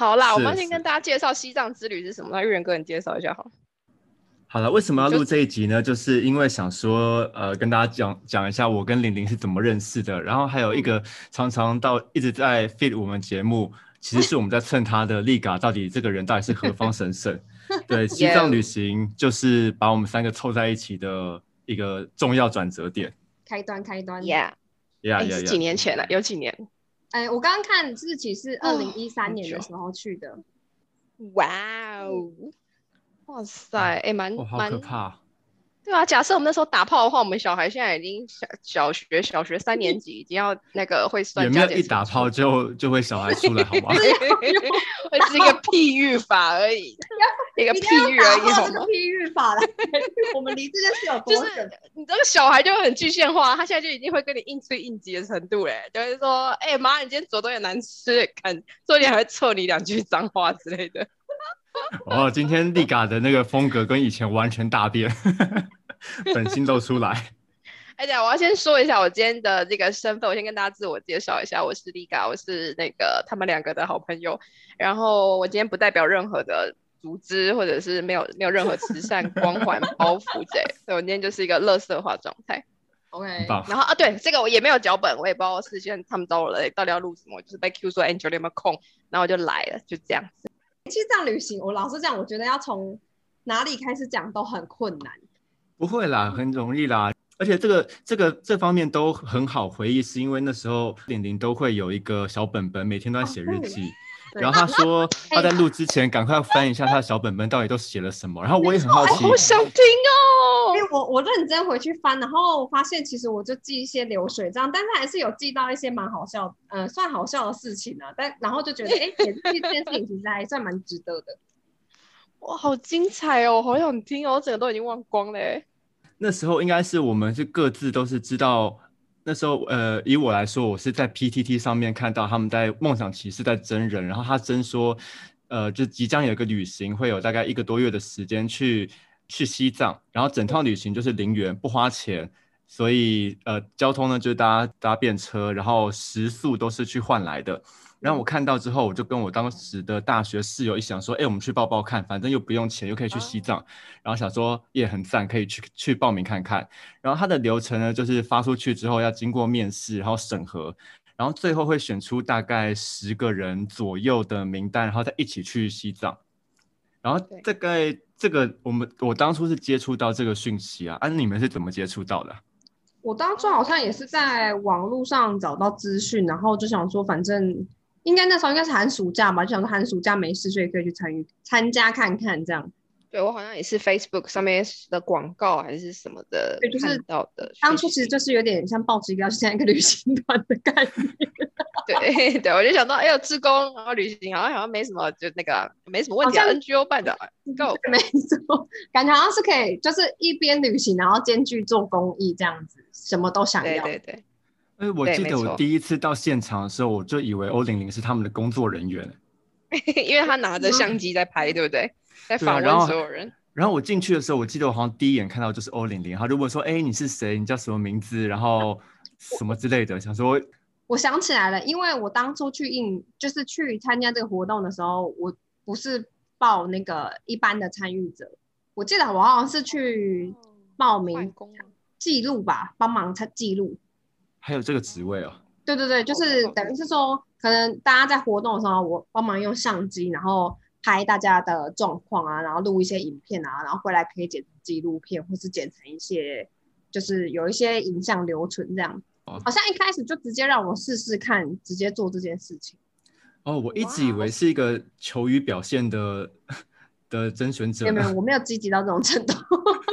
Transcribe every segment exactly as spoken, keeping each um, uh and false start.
好啦，我们先跟大家介绍西藏之旅是什么，那玉人哥你介绍一下好。 好了，为什么要录这一集呢？就是因为想说，呃，跟大家讲讲一下我跟玲玲是怎么认识的，然后还有一个常常到一直在 feed 我们节目，其实是我们在蹭他的利嘎，到底这个人到底是何方神圣？对，西藏旅行就是把我们三个凑在一起的一个重要转折点。 开端，开端 ，Yeah， yeah, 哎、 yeah, 是 yeah, 几年前了？有几年？ 哎，我刚刚看日期是二零一三年的时候去的。 哇哦，哇塞，哎，蛮哦，好蛮可怕。 对啊，假设我们那时候打炮的话，我们小孩现在已经小小学小学三年级，已经要那个会算也没有一加减乘除。 打炮就就会小孩出来好吗？ 会是一个譬喻法而已，一个譬喻而已好吗？ 这个譬喻法来，我们离这件事有多就是远？ 你这个小孩就很具象化，他现在就已经会跟你硬吹硬挤的程度嘞，就是说，哎、欸、妈，你今天左东也难吃，看，说不定还会臭你两句脏话之类的。 哦，今天利嘎的那个风格跟以前完全大变，本性露出来。 哎呀，我要先说一下我今天的这个身份，我先跟大家自我介绍一下，我是利嘎，我是那个他们两个的好朋友。然后我今天不代表任何的组织，或者是没有没有任何慈善光环包袱这，所以我今天就是一个垃圾化状态。 OK， 然后啊，对，这个我也没有脚本，我也不知道事先他们找我来到底要录什么，就是被 Q 说 Angel 有没有空，然后我就来了，就这样子。 西藏旅行，我老实讲，我觉得要从哪里开始讲都很困难。 不会啦，很容易啦。而且这个这个这方面都很好回忆，是因为那时候玲玲都会有一个小本本，每天都在写日记。 哦、 然后他说他在录之前赶快翻一下他的小本本到底都写了什么。然后我也很好奇， 好想听哦。 因为我我认真回去翻，然后发现其实我就记一些流水账，但是还是有记到一些蛮好笑，呃，算好笑的事情啊。但然后就觉得，哎，写日记这件事情其实还算蛮值得的。 哇，好精彩哦，好想听哦，我整个都已经忘光了耶。 那时候应该是我们是各自都是知道，那时候呃，以我来说，我是在 P T T 上面看到他们在梦想骑士在真人，然后他真说，呃，就即将有一个旅行，会有大概一个多月的时间去去西藏，然后整趟旅行就是零元不花钱，所以呃，交通呢就是搭搭便车，然后食宿都是去换来的。然后我看到之后，我就跟我当时的大学室友一想说，哎，我们去报报看，反正又不用钱，又可以去西藏，然后想说也很赞，可以去去报名看看。然后它的流程呢，就是发出去之后要经过面试，然后审核，然后最后会选出大概十个人左右的名单，然后再一起去西藏。然后大概这个我们我当初是接触到这个讯息啊，啊，你们是怎么接触到的？ 我当初好像也是在网络上找到资讯，然后就想说，反正应该那时候应该是寒暑假吧，就想说寒暑假没事，所以可以去参与参加看看这样。 对，我好像也是 Facebook 上面的广告还是什么的看到的。 当初其实就是有点像报纸一个要去参加一个旅行团的概念。 对对，我就想到，哎呦，志工然后旅行好像好像没什么，就那个没什么问题啊 ，N G O 办的 ，Go， 没错，感觉好像是可以，就是一边旅行，然后兼具做公益这样子，什么都想要。 对对对。 哎，我记得我第一次到现场的时候，我就以为欧玲玲是他们的工作人员， 因为他拿着相机在拍，对不对？在访问所有人。 然后我进去的时候，我记得我好像第一眼看到就是欧玲玲，他就问说：“哎，你是谁？你叫什么名字？然后什么之类的。”想说， 我想起来了，因为我当初去应就是去参加这个活动的时候，我不是报那个一般的参与者，我记得我好像是去报名记录吧，帮忙他记录。 还有这个职位哦？ 对对对，就是等于是说，可能大家在活动的时候，我帮忙用相机，然后拍大家的状况啊，然后录一些影片啊，然后回来可以剪成纪录片，或是剪成一些，就是有一些影像留存这样。哦、好像一开始就直接让我试试看，直接做这件事情。 哦，我一直以为是一个求于表现的的甄选者。 没有没有，我没有积极到这种程度。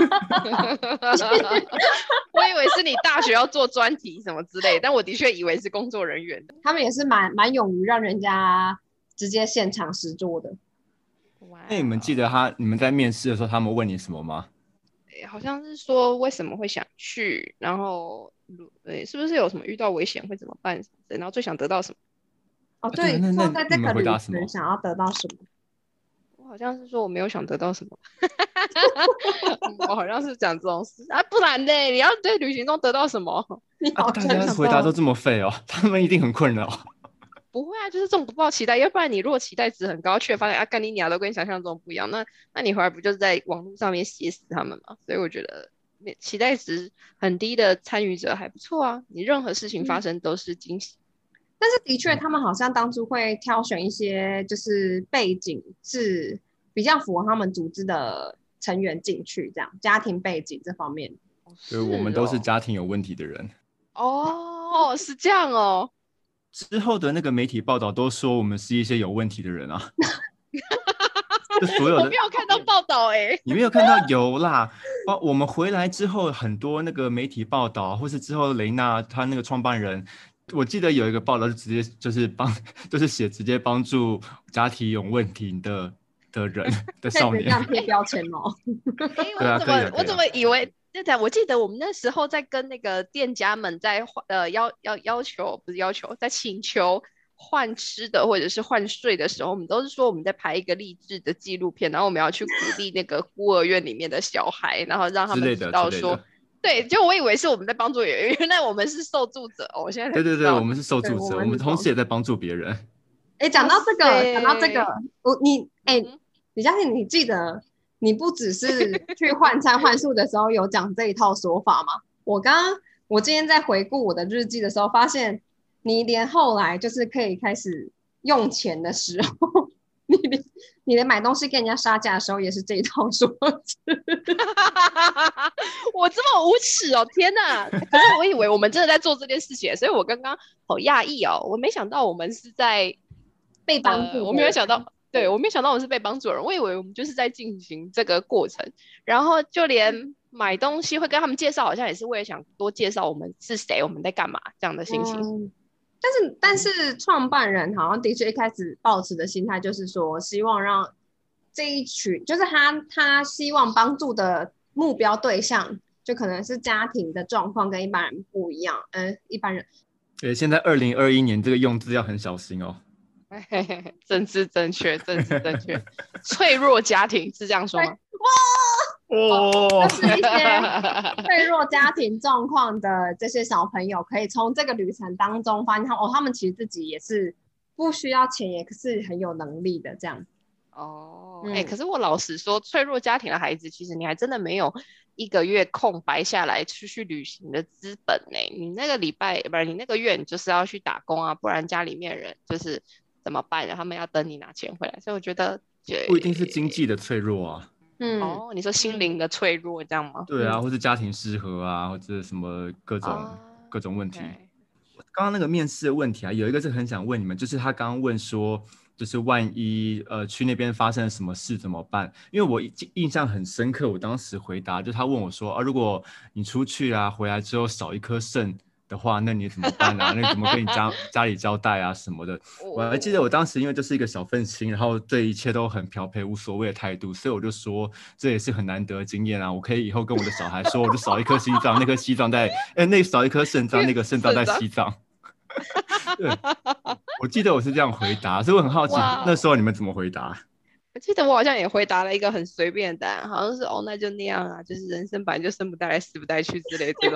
我以为是你大学要做专题什么之类的，但我的确以为是工作人员。 他们也是蛮蛮勇于让人家直接现场实做的。 那你们记得他你们在面试的时候，他们问你什么吗？ 好像是说为什么会想去，然后对，是不是有什么遇到危险会怎么办，然后最想得到什么？ 哦，对， 那那在这个旅程想要得到什么？ 我好像是说我没有想得到什么，我好像是讲这种事啊，不然呢？你要在旅行中得到什么？ 你好、 啊，大家回答都这么废哦，他们一定很困扰。 不会啊，就是这种不抱期待，要不然你如果期待值很高，却发现啊，干你娘都跟你想象中不一样，那那你回来不就是在网络上面写死他们吗？所以我觉得期待值很低的参与者还不错啊，你任何事情发生都是惊喜。 嗯、但是的确，他们好像当初会挑选一些就是背景是比较符合他们组织的成员进去，这样家庭背景这方面。 对，我们都是家庭有问题的人。 哦，是这样哦。 之后的那个媒体报道都说我们是一些有问题的人啊。就所有的我没有看到报道哎、欸， 你没有看到？有啦，我们回来之后很多那个媒体报道，或是之后雷娜她那个创办人，我记得有一个报道就直接就是帮，就是写直接帮助家庭有问题的的人的少年， 这样贴标签哦。 欸、我怎么、啊啊、我怎么以为？我记得我们那时候在跟那个店家们在呃要要要求不是要求，在请求换吃的或者是换睡的时候，我们都是说我们在拍一个励志的纪录片，然后我们要去鼓励那个孤儿院里面的小孩，然后让他们知道说，对，就我以为是我们在帮助别人，原来我们是受助者。我现在才知道， 对对对，我们是受助者，我们同时也在帮助别人。 哎，讲到这个，讲到这个，我你哎，李嘉欣，你记得？你不只是去换餐换宿的时候有讲这一套说法吗？我刚刚我今天在回顾我的日记的时候，发现你连后来就是可以开始用钱的时候，你连你连买东西跟人家杀价的时候也是这一套说辞。 我这么无耻哦！天哪！可是我以为我们真的在做这件事情，所以我刚刚好讶异哦，我没想到我们是在被帮助、 呃，我没有想到。对，我没想到我是被帮助的人，我以为我们就是在进行这个过程，然后就连买东西会跟他们介绍，好像也是为了想多介绍我们是谁，我们在干嘛这样的心情。 嗯、但是，但是创办人好像的确一开始抱持的心态就是说，希望让这一群，就是他他希望帮助的目标对象，就可能是家庭的状况跟一般人不一样。嗯、呃，一般人。 对，现在二零二一年这个用字要很小心哦。 政治正确，政治正确。脆弱家庭是这样说吗？ 哇，哦，就是一些脆弱家庭状况的这些小朋友，可以从这个旅程当中发现他哦，他们其实自己也是不需要钱，也是很有能力的这样。 哦，哎、嗯欸，可是我老实说，脆弱家庭的孩子，其实你还真的没有一个月空白下来出去旅行的资本呢、欸。你那个礼拜不是你那个月，你就是要去打工啊，不然家里面人就是怎么办？他们要等你拿钱回来，所以我觉得不一定是经济的脆弱啊。 嗯，哦，你说心灵的脆弱这样吗？ 对啊，或是家庭失和啊，或者什么各种、啊、各种问题。Okay. 刚刚那个面试的问题啊，有一个是很想问你们，就是他刚刚问说，就是万一呃去那边发生了什么事怎么办？因为我印象很深刻，我当时回答就他问我说啊，如果你出去啊回来之后少一颗肾的话，那你怎么办啊？那你怎么跟你家家里交代啊什么的？我还记得我当时因为就是一个小愤青，然后对一切都很漂配无所谓的态度，所以我就说这也是很难得的经验啊！我可以以后跟我的小孩说，我就少一颗心脏，那颗心脏在哎，那少一颗肾脏，那个肾脏在西藏。对，我记得我是这样回答，所以我很好奇那时候你们怎么回答。 我记得我好像也回答了一个很随便的答案，好像是哦，那就那样啊，就是人生本来就生不带来死不带去之类的。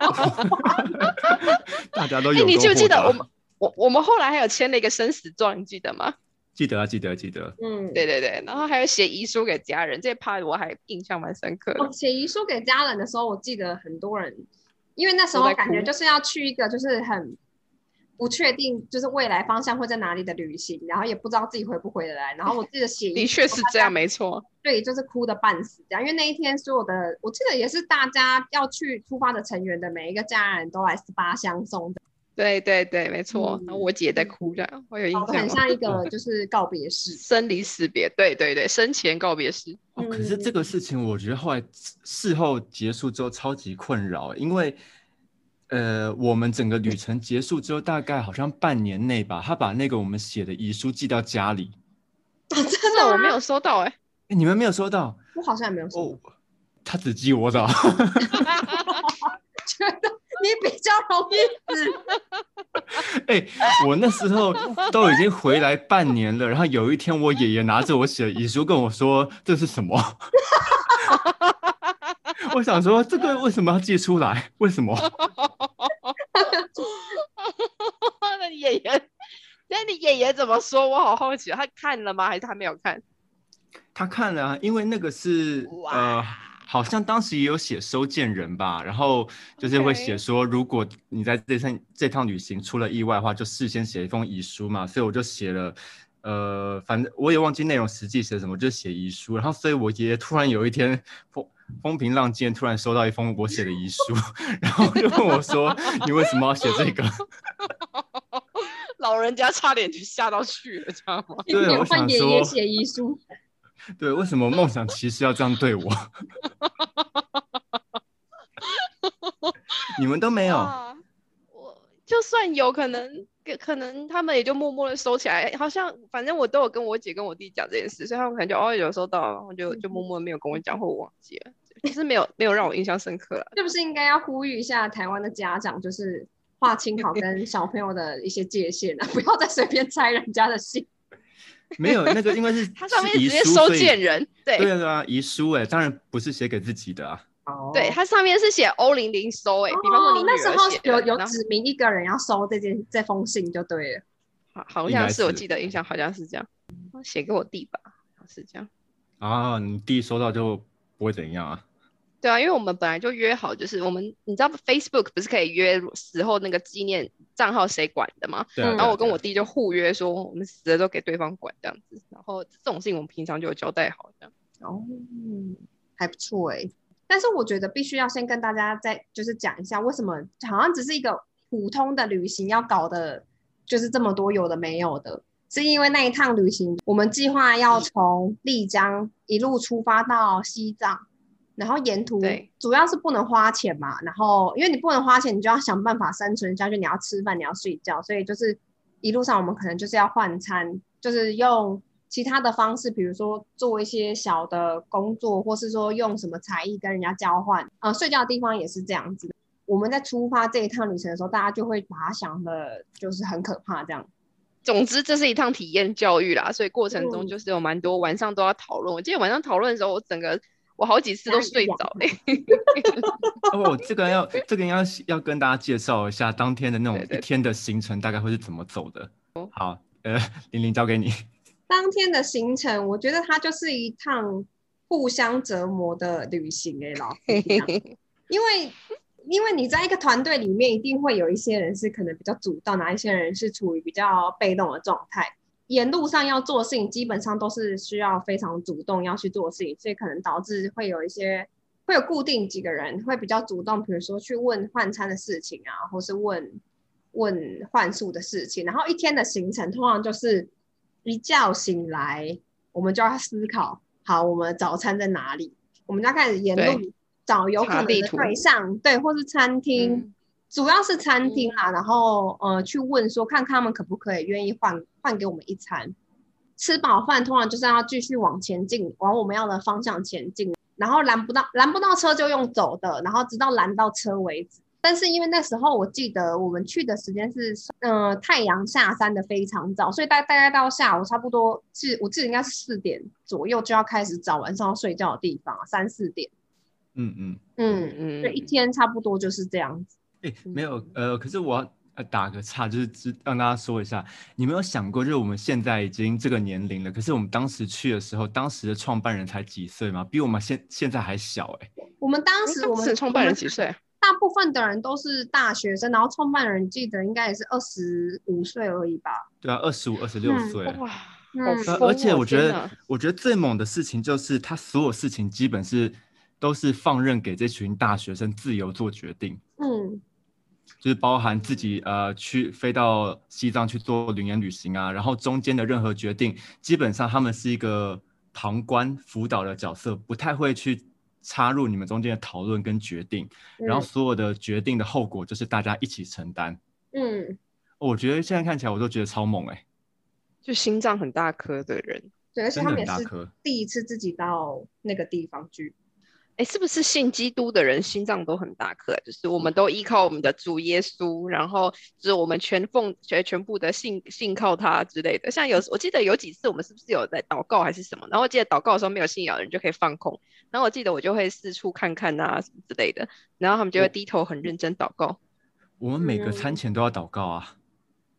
大家都有、 欸。你记不记得我们我我们后来还有签了一个生死状，你记得吗？ 记得啊，记得记得。 嗯，对对对，然后还有写遗书给家人，这 part 我还印象蛮深刻的。 哦，写遗书给家人的时候，我记得很多人，因为那时候感觉就是要去一个就是很。不确定就是未来方向会在哪里的旅行，然后也不知道自己回不回得来。然后我记得写的确是这样，没错。 对，就是哭得半死这样，因为那一天所有的，我记得也是大家要去出发的成员的每一个家人都来十八相送的。 对对对，没错。嗯、然后我姐在哭这样，我有印象。 很像一个就是告别式， 生离死别。对对对，生前告别式。 哦，可是这个事情我觉得后来事后结束之后超级困扰，因为。呃，我们整个旅程结束之后，大概好像半年内吧，他把那个我们写的遗书寄到家里。 哦、真的我没有收到哎、欸， 你们没有收到？ 我好像也没有收到。哦、 他只寄我的。 觉得你比较容易死。 哎、欸，我那时候都已经回来半年了，然后有一天我爷爷拿着我写的遗书跟我说：“这是什么？”我想说，这个为什么要寄出来？为什么？ 那爷爷，那怎么说？我好好奇，他看了吗？还是他没有看？ 他看了啊，因为那个是呃，好像当时也有写收件人吧，然后就是会写说，如果你在这趟这趟旅行出了意外的话，就事先写一封遗书嘛，所以我就写了，呃，反正我也忘记内容实际写什么，就写遗书，然后所以我爷爷突然有一天风风平浪静，突然收到一封我写的遗书，然后就问我说，你为什么要写这个？ 老人家差点就吓到去了，知道吗？ 对，我想爷爷写遗书。 对，为什么梦想骑士要这样对我？你们都没有？ 啊、我就算有可能，可能他们也就默默的收起来。好像反正我都有跟我姐跟我弟讲这件事，所以他们可能就哦有收到，然后就就默默没有跟我讲，或我忘记了。其实没有没有让我印象深刻了。 是不是应该要呼吁一下台湾的家长，就是划清好跟小朋友的一些界限啊，不要再随便拆人家的信。 没有，那个因为是它上面直接收件人，对对啊，遗书哎，当然不是写给自己的啊。 哦， 对，它上面是写欧零零收哎、欸，比方说你女儿写的， 那时候有有指明一个人要收这件这封信就对了。 好，好像是我记得印象好像是这样，写给我弟吧，好像是这样。 啊，你弟收到就不会怎样啊？ 对啊，因为我们本来就约好，就是我们你知道 Facebook 不是可以约死后那个纪念账号谁管的吗？ 对啊。 然后我跟我弟就互约说，我们死了都给对方管这样子。然后这种事情我们平常就有交代好这样。 哦，还不错哎。但是我觉得必须要先跟大家再就是讲一下，为什么好像只是一个普通的旅行要搞的，就是这么多有的没有的。是因为那一趟旅行，我们计划要从丽江一路出发到西藏。然后沿途主要是不能花钱嘛，然后因为你不能花钱，你就要想办法生存下去，你要吃饭，你要睡觉，所以就是一路上我们可能就是要换餐，就是用其他的方式，比如说做一些小的工作，或是说用什么才艺跟人家交换。呃，睡觉的地方也是这样子。我们在出发这一趟旅程的时候，大家就会把它想的就是很可怕这样。 总之这是一趟体验教育啦，所以过程中就是有蛮多晚上都要讨论。我记得晚上讨论的时候，我整个我好几次都睡着嘞、欸。 哦，这个要这个要要跟大家介绍一下当天的那种一天的行程大概会是怎么走的。对对对，好，呃，玲玲交给你。 当天的行程，我觉得它就是一趟互相折磨的旅行哎、欸，老师讲，因为因为你在一个团队里面，一定会有一些人是可能比较主动，哪一些人是处于比较被动的状态。沿路上要做事情，基本上都是需要非常主动要去做事情，所以可能导致会有一些会有固定几个人会比较主动，比如说去问换餐的事情啊，或是问问换宿的事情。然后一天的行程通常就是一觉醒来，我们就要思考，好，我们早餐在哪里？我们就要开始沿路找有可能的对象，对，或是餐厅。嗯，主要是餐厅啦、嗯，然后呃去问说看看他们可不可以愿意换换给我们一餐。吃饱饭通常就是要继续往前进，往我们要的方向前进，然后拦不到拦不到车就用走的，然后直到拦到车为止。但是因为那时候我记得我们去的时间是呃太阳下山的非常早，所以大大概到下午差不多是我记得应该是四点左右就要开始找晚上要睡觉的地方，三四点。 嗯嗯嗯嗯，所以一天差不多就是这样子。 欸、没有呃，可是我要呃打个岔，就是让大家说一下，你没有想过，就是我们现在已经这个年龄了，可是我们当时去的时候，当时的创办人才几岁吗？比我们现现在还小哎、欸。 我们当时我们创办人几岁？ 大部分的人都是大学生，然后创办人记得应该也是二十五岁而已吧？ 对啊，二十五、二十六岁。 哇， 嗯， 而且我觉得，我觉得最猛的事情就是他所有事情基本是都是放任给这群大学生自由做决定。 嗯。 就是包含自己呃去飞到西藏去做旅年旅行啊，然后中间的任何决定，基本上他们是一个旁观辅导的角色，不太会去插入你们中间的讨论跟决定，嗯，然后所有的决定的后果就是大家一起承担。 嗯， 我觉得现在看起来我都觉得超猛哎，欸， 就心脏很大颗的人， 对，而且他们也是第一次自己到那个地方去。 哎，是不是信基督的人心脏都很大颗？就是我们都依靠我们的主耶稣，然后就是我们全奉全全部的信信靠他之类的。像有我记得有几次我们是不是有在祷告还是什么？然后我记得祷告的时候没有信仰的人就可以放空，然后我记得我就会四处看看啊什么之类的，然后他们就会低头很认真祷告。 我们每个餐前都要祷告啊。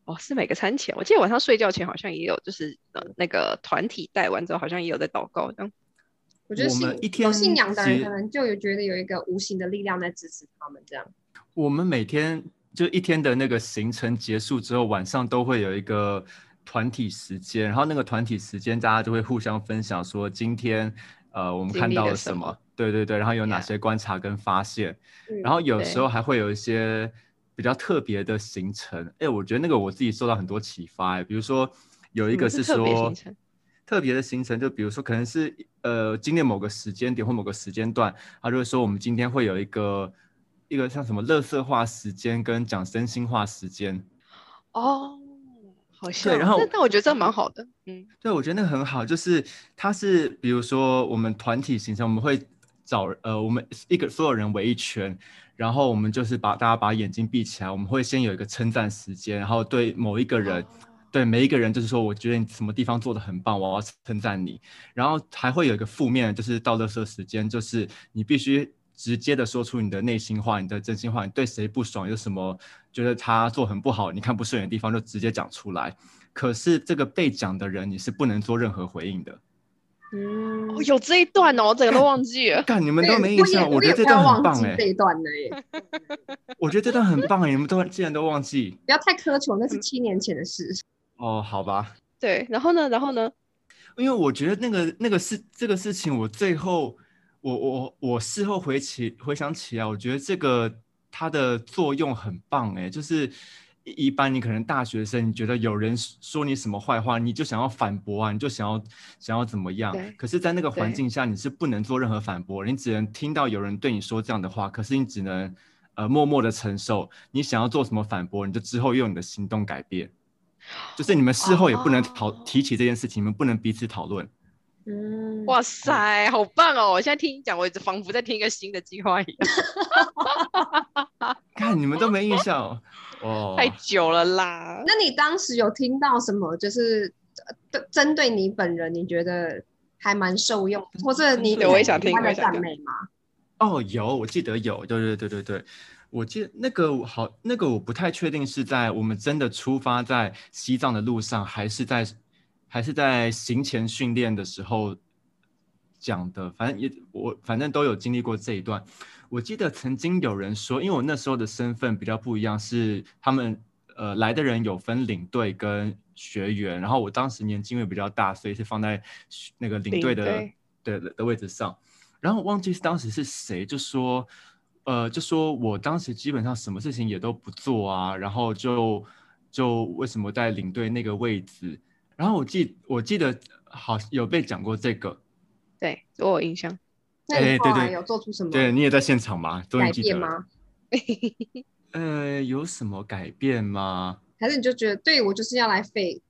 哦，是每个餐前，我记得晚上睡觉前好像也有，就是呃那个团体带完之后好像也有在祷告这样。 我觉得我们信一天有信仰的人，可结能就有觉得有一个无形的力量在支持他们这样。 我们每天就一天的那个行程结束之后，晚上都会有一个团体时间，然后那个团体时间大家就会互相分享说今天呃我们经看到了历了什么什么，对对对，然后有哪 Yeah 些观察跟发现， 嗯然后有时候对还会有一些比较特别的行程，哎，我觉得那个我自己受到很多启发，哎，比如说有一个是什么是特别行说。 程？ 特别的行程，就比如说可能是呃今天某个时间点或某个时间段，他就会说我们今天会有一个一个像什么垃圾话时间跟讲真心话时间。 哦，好对，然像，但后但我觉得这蛮好的，嗯， 对我觉得那个很好，就是它是比如说我们团体行程，我们会找呃我们一个所有人围一圈，然后我们就是把大家把眼睛闭起来，我们会先有一个称赞时间，然后对某一个人。 哦对每一个人，就是说，我觉得你什么地方做得很棒，我要称赞你。然后还会有一个负面，就是到垃圾时间，就是你必须直接的说出你的内心话、你的真心话，你对谁不爽，有什么觉得他做很不好，你看不顺眼的地方，就直接讲出来。可是这个被讲的人，你是不能做任何回应的。 嗯， 哦，有这一段哦，我整个都忘记了。 干，你们都对没印象， 我也我觉得这段我也不要很棒哎、 忘记这一段了耶， 我觉得这段很棒哎、你们都竟然都忘记不要太苛求，那是嗯， 七年前的事。 哦？好吧， 对，然后呢，然后呢？ 因为我觉得那个那个事这个事情，我最后我我我事后回起回想起来，我觉得这个它的作用很棒哎，就是一一般你可能大学生，你觉得有人说你什么坏话，你就想要反驳啊，你就想要想要怎么样？ 对可是，在那个环对， 境下，你是不能做任何反驳，你只能听到有人对你说这样的话，可是你只能呃默默的承受。你想要做什么反驳，你就之后用你的行动改变。就是你们事后也不能讨提哦， 起这件事情，你们不能彼此讨论。 嗯， 哇塞，好棒哦！我现在听你讲，我仿佛在听一个新的计划一样， 看你们都没印象哦， 太哦久了啦。 那你当时有听到什么？就是呃针对你本人，你觉得还蛮受用，或者你对我也想听喜欢的我也想听赞美吗？ 哦，有，我记得有，对对对对对，我记得那个好，那个我不太确定是在我们真的出发在西藏的路上，还是在还是在行前训练的时候讲的，反正也我反正都有经历过这一段。我记得曾经有人说，因为我那时候的身份比较不一样，是他们呃来的人有分领队跟学员，然后我当时年纪因为比较大，所以是放在那个领队的领的的位置上。然后我忘记是当时是谁就说，呃，就说我当时基本上什么事情也都不做啊，然后就就为什么在领队那个位置？然后我记我记得好有被讲过这个， 对，我有印象。 那你哎，对对后来有做出什么对，你也在现场吗？终于改记得了。 变吗？ 呃，有什么改变吗？ 还是你就觉得对我就是要来废？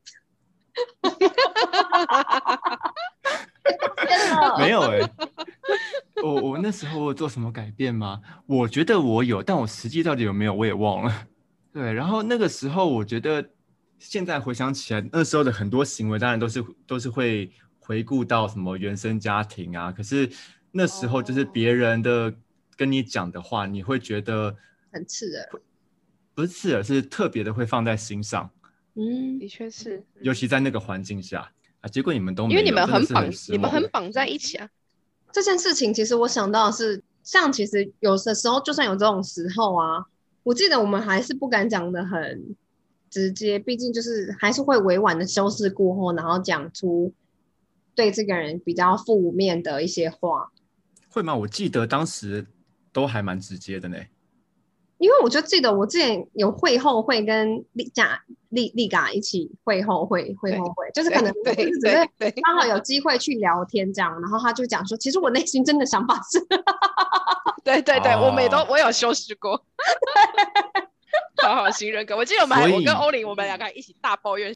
没有哎、我我那时候我有做什么改变吗？我觉得我有，但我实际到底有没有我也忘了。对，然后那个时候我觉得，现在回想起来，那时候的很多行为，当然都是都是会回顾到什么原生家庭啊。可是那时候就是别人的跟你讲的话，你会觉得很刺耳。 不是刺耳，是特别的会放在心上， 嗯， 的确是， 尤其在那个环境下啊。结果你们都没有， 因为你们真的是绑，你们很失望。 很绑在一起啊。 这件事情其实我想到的是，像其实有的时候就算有这种时候啊，我记得我们还是不敢讲的很直接，毕竟就是还是会委婉的修饰过后，然后讲出对这个人比较负面的一些话。 会吗？我记得当时都还蛮直接的呢。 因为我就记得我之前有会后会跟丽佳丽丽嘎一起会后会会后会，就是可能对对就是只是对刚好有机会去聊天这样，然后他就讲说，其实我内心真的想法是， 对对对， 哦我们也都我有修饰过，好好新人格。我记得我们还所以我跟欧琳我们两个还一起大抱怨，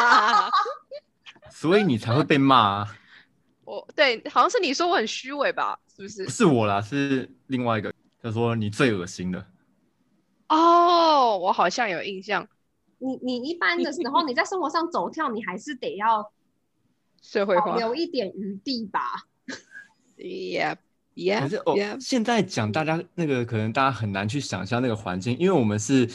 所以你才会被骂啊。 我对，好像是你说我很虚伪吧？是不是不？是我啦，是另外一个。他说你最恶心的。 哦，我好像有印象， 你你一般的时候你在生活上走跳，你还是得要社会化。 留一点余地吧。 Yeah 可 yeah 是哦， yeah， 现在讲大家那个可能大家很难去想象那个环境，因为我们是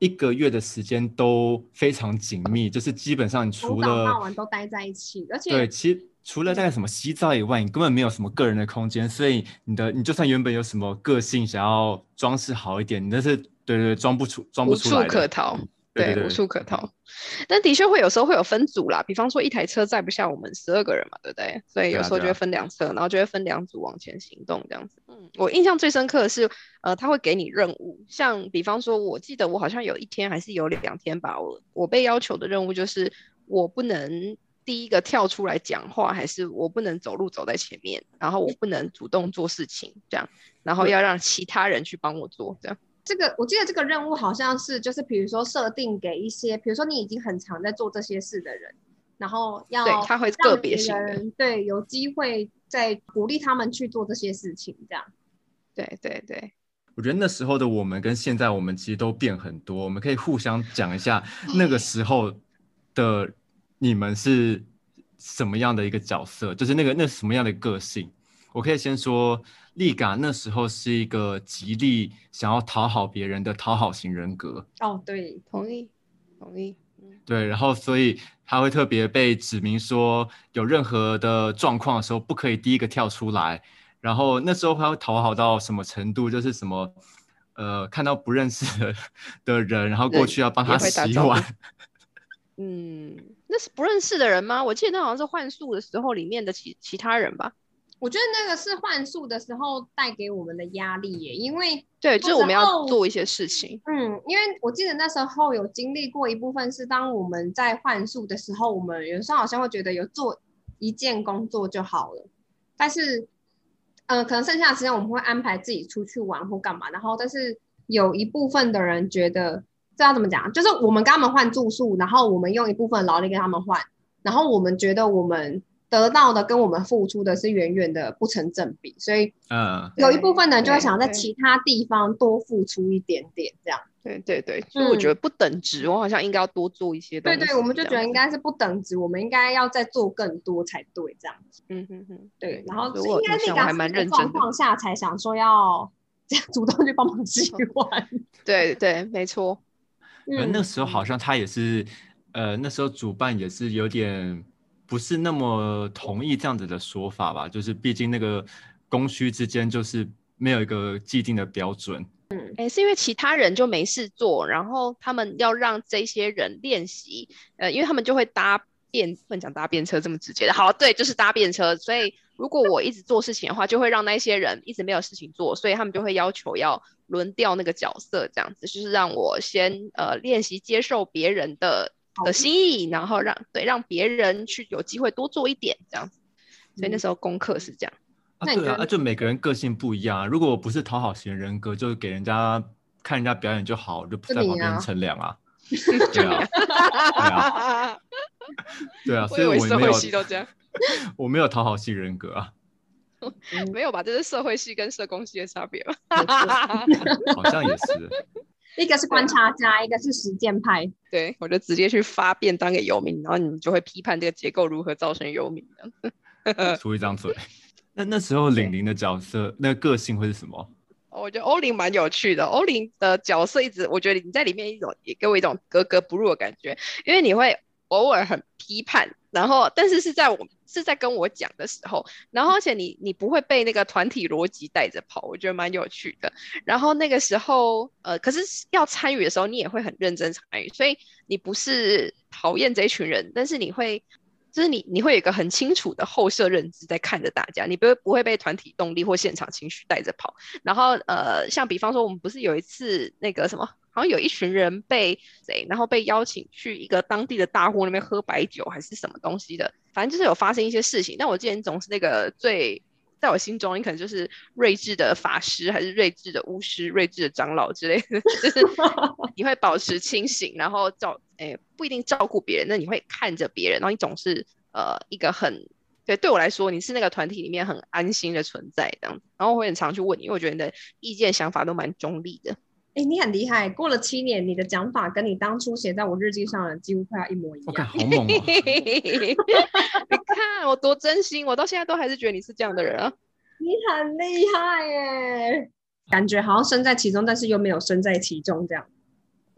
一个月的时间都非常紧密，就是基本上你除了从早到晚都待在一起，而且对，其实除了大概什么洗澡以外，你根本没有什么个人的空间，所以你的你就算原本有什么个性想要装饰好一点，你那是对对对装不出装不无处出来的。 可逃。对， 对对对无处可逃。但的确会有时候会有分组啦，比方说一台车载不下我们十二个人嘛，对不对？所以有时候就会对啊对啊， 分两车，然后就会分两组往前行动这样子。嗯，我印象最深刻的是，呃，他会给你任务，像比方说，我记得我好像有一天还是有两天吧，我我被要求的任务就是我不能第一个跳出来讲话，还是我不能走路走在前面，然后我不能主动做事情这样，然后对要让其他人去帮我做这样。 这个我记得这个任务好像是就是比如说设定给一些，比如说你已经很常在做这些事的人，然后要对，他会个让别别性的。 人对有机会再鼓励他们去做这些事情，这样。 对对对。 我觉得那时候的我们跟现在我们其实都变很多，我们可以互相讲一下那个时候的你们是什么样的一个角色，就是那个那什么样的个性。我可以先说，丽嘎那时候是一个极力想要讨好别人的讨好型人格。 哦，对， 同意，同意。嗯， 对，然后所以他会特别被指明说，有任何的状况的时候不可以第一个跳出来。然后那时候他会讨好到什么程度，就是什么呃，看到不认识的的人，然后过去要帮他也会打招呼。 洗碗。 嗯，那是不认识的人吗？我记得那好像是幻术的时候里面的其其他人吧。 我觉得那个是幻术的时候带给我们的压力耶，因为对，就是我们要做一些事情。 嗯，因为我记得那时候有经历过一部分是，当我们在幻术的时候，我们有时候好像会觉得有做一件工作就好了，但是，呃，可能剩下的时间我们会安排自己出去玩或干嘛，然后但是有一部分的人觉得这要怎么讲，就是我们跟他们换住宿，然后我们用一部分劳力跟他们换，然后我们觉得我们得到的跟我们付出的是远远的不成正比，所以嗯， 有一部分人就会想在对其他地方多付出一点点，这样。 对对对，所以我觉得不等值，我好像应该要多做一些东西。 对对，我们就觉得这样子应该是不等值，我们应该要再做更多才对，这样子。 嗯哼哼， 对，然后所以我应该那印象我还蛮个认真的。 状况下才想说要这样主动去帮忙洗碗。 对对，没错。 而那嗯， 时候好像他也是，呃，那时候主办也是有点不是那么同意这样子的说法吧，就是毕竟那个供需之间就是没有一个既定的标准。 哎，是因为其他人就没事做，然后他们要让这些人练习，呃，因为他们就会搭便，不能讲搭便车这么直接的，好，对，就是搭便车。所以如果我一直做事情的话，就会让那些人一直没有事情做，所以他们就会要求要轮调那个角色，这样子就是让我先呃练习接受别人的的心意，然后让对让别人去有机会多做一点这样子。所以那时候功课是这样。 啊， 那你觉得对啊，啊，就每个人个性不一样啊。如果我不是讨好型人格，就给人家看人家表演就好，就不在旁边乘凉啊。对啊，对啊，对啊，所以我以为社会我没有， 系都这样。 我没有讨好型人格啊， 没有吧？这是社会系跟社工系的差别吧？ 好像也是。 一个是观察家，一个是实践派。 对，我就直接去发便当给游民，然后你们就会批判这个结构如何造成游民的。 出一张嘴。那那时候玲玲的角色，那个个性会是什么？ 我觉得欧琳蛮有趣的，欧琳的角色一直，我觉得你在里面一种也给我一种格格不入的感觉，因为你会偶尔很批判，然后但是是在我是在跟我讲的时候，然后而且你你不会被那个团体逻辑带着跑，我觉得蛮有趣的。然后那个时候，呃，可是要参与的时候，你也会很认真参与，所以你不是讨厌这一群人，但是你会。就是你，你会有一个很清楚的后设认知在看着大家，你不会不会被团体动力或现场情绪带着跑。然后呃，像比方说，我们不是有一次那个什么，好像有一群人被谁，然后被邀请去一个当地的大户那边喝白酒还是什么东西的，反正就是有发生一些事情。但我记得你总是那个最。在我心中，你可能就是睿智的法师，还是睿智的巫师、睿智的长老之类的，就是你会保持清醒，然后照，诶，不一定照顾别人，那你会看着别人，然后你总是呃一个很对对我来说，你是那个团体里面很安心的存在，这样子。然后我会很常去问你，因为我觉得你的意见想法都蛮中立的。 哎，你很厉害，过了七年，你的讲法跟你当初写在我日记上的几乎快要一模一样。 我看好猛哦！ 你看我多真心，我到现在都还是觉得你是这样的人啊。 你很厉害耶，感觉好像身在其中，但是又没有身在其中这样。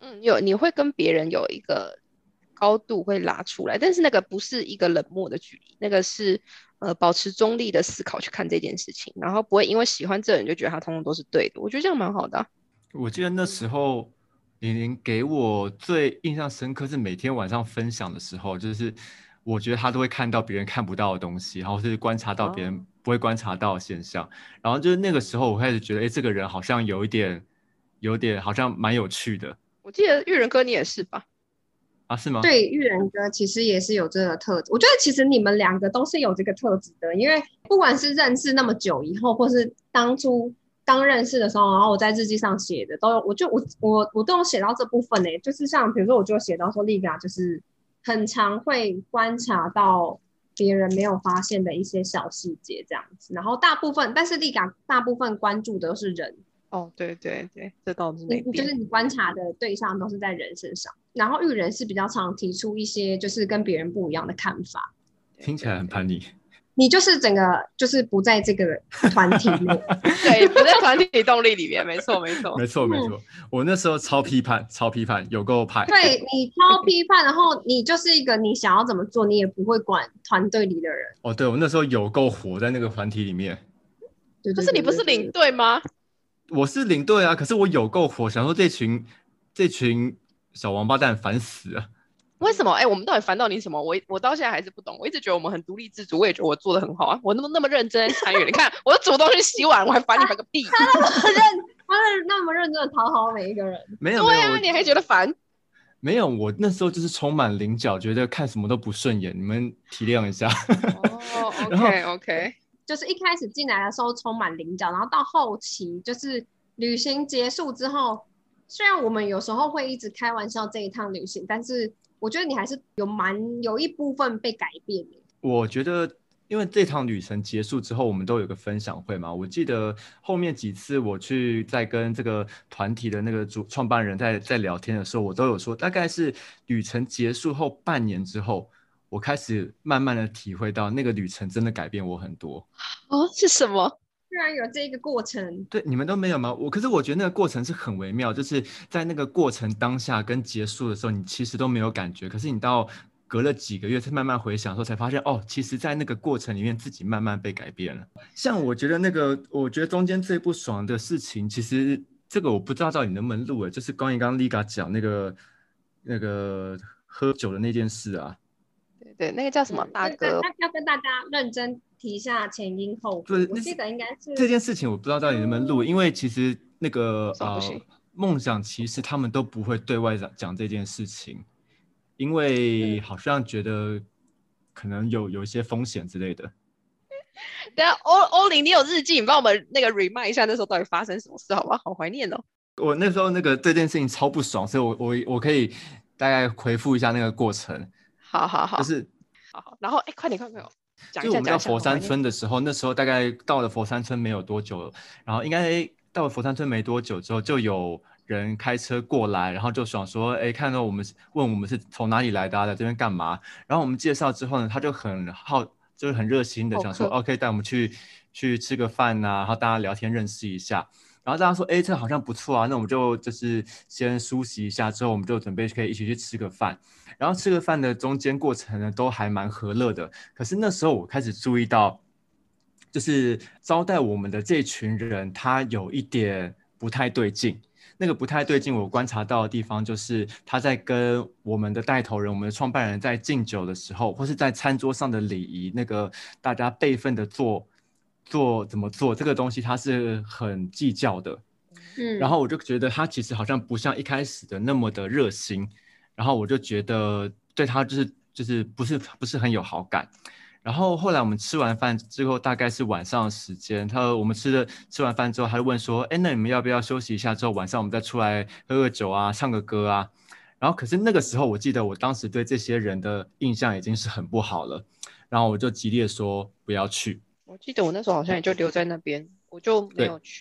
嗯，有你会跟别人有一个高度会拉出来，但是那个不是一个冷漠的距离，那个是呃保持中立的思考去看这件事情，然后不会因为喜欢这个人就觉得他通通都是对的，我觉得这样蛮好的啊。 我记得那时候玲玲给我最印象深刻是每天晚上分享的时候，就是我觉得她都会看到别人看不到的东西，然后是观察到别人哦， 不会观察到的现象，然后就是那个时候我开始觉得，哎，这个人好像有一点，有点好像蛮有趣的我记得玉人哥你也是吧？ 啊，是吗？ 对，玉人哥其实也是有这个特质。我觉得其实你们两个都是有这个特质的，因为不管是认识那么久以后，或是当初刚认识的时候，然后我在日记上写的都有，我就我我我都有写到这部分呢、欸就是像比如说，我就写到说丽嘎就是很常会观察到别人没有发现的一些小细节这样子，然后大部分，但是丽嘎大部分关注的都是人， 哦，对对对，这倒是你没变。 就是你观察的对象都是在人身上，然后育人是比较常提出一些就是跟别人不一样的看法， 听起来很叛逆。 你就是整个就是不在这个团体内， 对，不在团体动力里面，没错没错。 没错没错，我那时候超批判，超批判，有够派。 对你超批判，然后你就是一个你想要怎么做，你也不会管团队里的人。 哦，对，我那时候有够火在那个团体里面。 对对可是你不是领队吗？ 我是领队啊，可是我有够火，想说这群这群小王八蛋烦死了。 为什么？哎、欸，我们到底烦到你什么？我我到现在还是不懂。我一直觉得我们很独立自主，我也觉得我做的很好啊。我那么那么认真参与，你看，我主动去洗碗，我还烦你烦个屁！ 他那么认，他那么认真的讨好每一个人， 没有， 对啊，你还觉得烦？ 没有，我那时候就是充满棱角，觉得看什么都不顺眼，你们体谅一下。 哦，OK OK， 就是一开始进来的时候充满棱角，然后到后期就是旅行结束之后，虽然我们有时候会一直开玩笑这一趟旅行，但是我觉得你还是有蛮有一部分被改变的。 我觉得，因为这趟旅程结束之后，我们都有个分享会嘛。我记得后面几次我去在跟这个团体的那个主创办人在在聊天的时候，我都有说，大概是旅程结束后半年之后，我开始慢慢的体会到那个旅程真的改变我很多。 哦，是什么？ 居然有这个过程， 对，你们都没有吗？我可是我觉得那个过程是很微妙，就是在那个过程当下跟结束的时候，你其实都没有感觉，可是你到隔了几个月才慢慢回想的时候，才发现哦，其实在那个过程里面自己慢慢被改变了。像我觉得那个，我觉得中间最不爽的事情，其实这个我不知道到底能不能录诶，就是关于刚刚 Liga 讲那个那个喝酒的那件事啊。 对对，那个叫什么、嗯、大哥？ 要跟大家认真提一下前因后果。我记得应该是这件事情，我不知道到底能不能录，因为其实那个呃梦想骑士他们都不会对外讲讲这件事情，因为好像觉得可能有有一些风险之类的。 等下欧欧林，你有日记，你帮我们那个 remind 一下那时候到底发生什么事好不好？好怀念哦。 我那时候那个这件事情超不爽，所以我我我可以大概回复一下那个过程。 好好好， 就是好好，然后哎，快点快点，讲一下。 就我们到佛山村的时候，那时候大概到了佛山村没有多久，然后应该到了佛山村没多久之后，就有人开车过来，然后就想说，哎，看到我们问我们是从哪里来的、啊，在这边干嘛？然后我们介绍之后呢，他就很好，就是很热心的想说 ，OK， 带我们去去吃个饭呐、啊，然后大家聊天认识一下。然后大家说，哎，这好像不错啊，那我们就就是先梳洗一下，之后我们就准备可以一起去吃个饭。然后吃个饭的中间过程呢，都还蛮和乐的。可是那时候我开始注意到，就是招待我们的这群人，他有一点不太对劲。那个不太对劲，我观察到的地方就是他在跟我们的带头人、我们的创办人在敬酒的时候，或是在餐桌上的礼仪，那个大家辈分的做。做怎么做这个东西，他是很计较的，嗯，然后我就觉得他其实好像不像一开始的那么的热心，然后我就觉得对他就是就是不是不是很有好感。然后后来我们吃完饭之后，大概是晚上的时间，他我们吃了吃完饭之后，他就问说，哎，那你们要不要休息一下？之后晚上我们再出来喝个酒啊，唱个歌啊。然后可是那个时候，我记得我当时对这些人的印象已经是很不好了，然后我就极力说不要去。 我记得我那时候好像也就留在那边，我就没有去。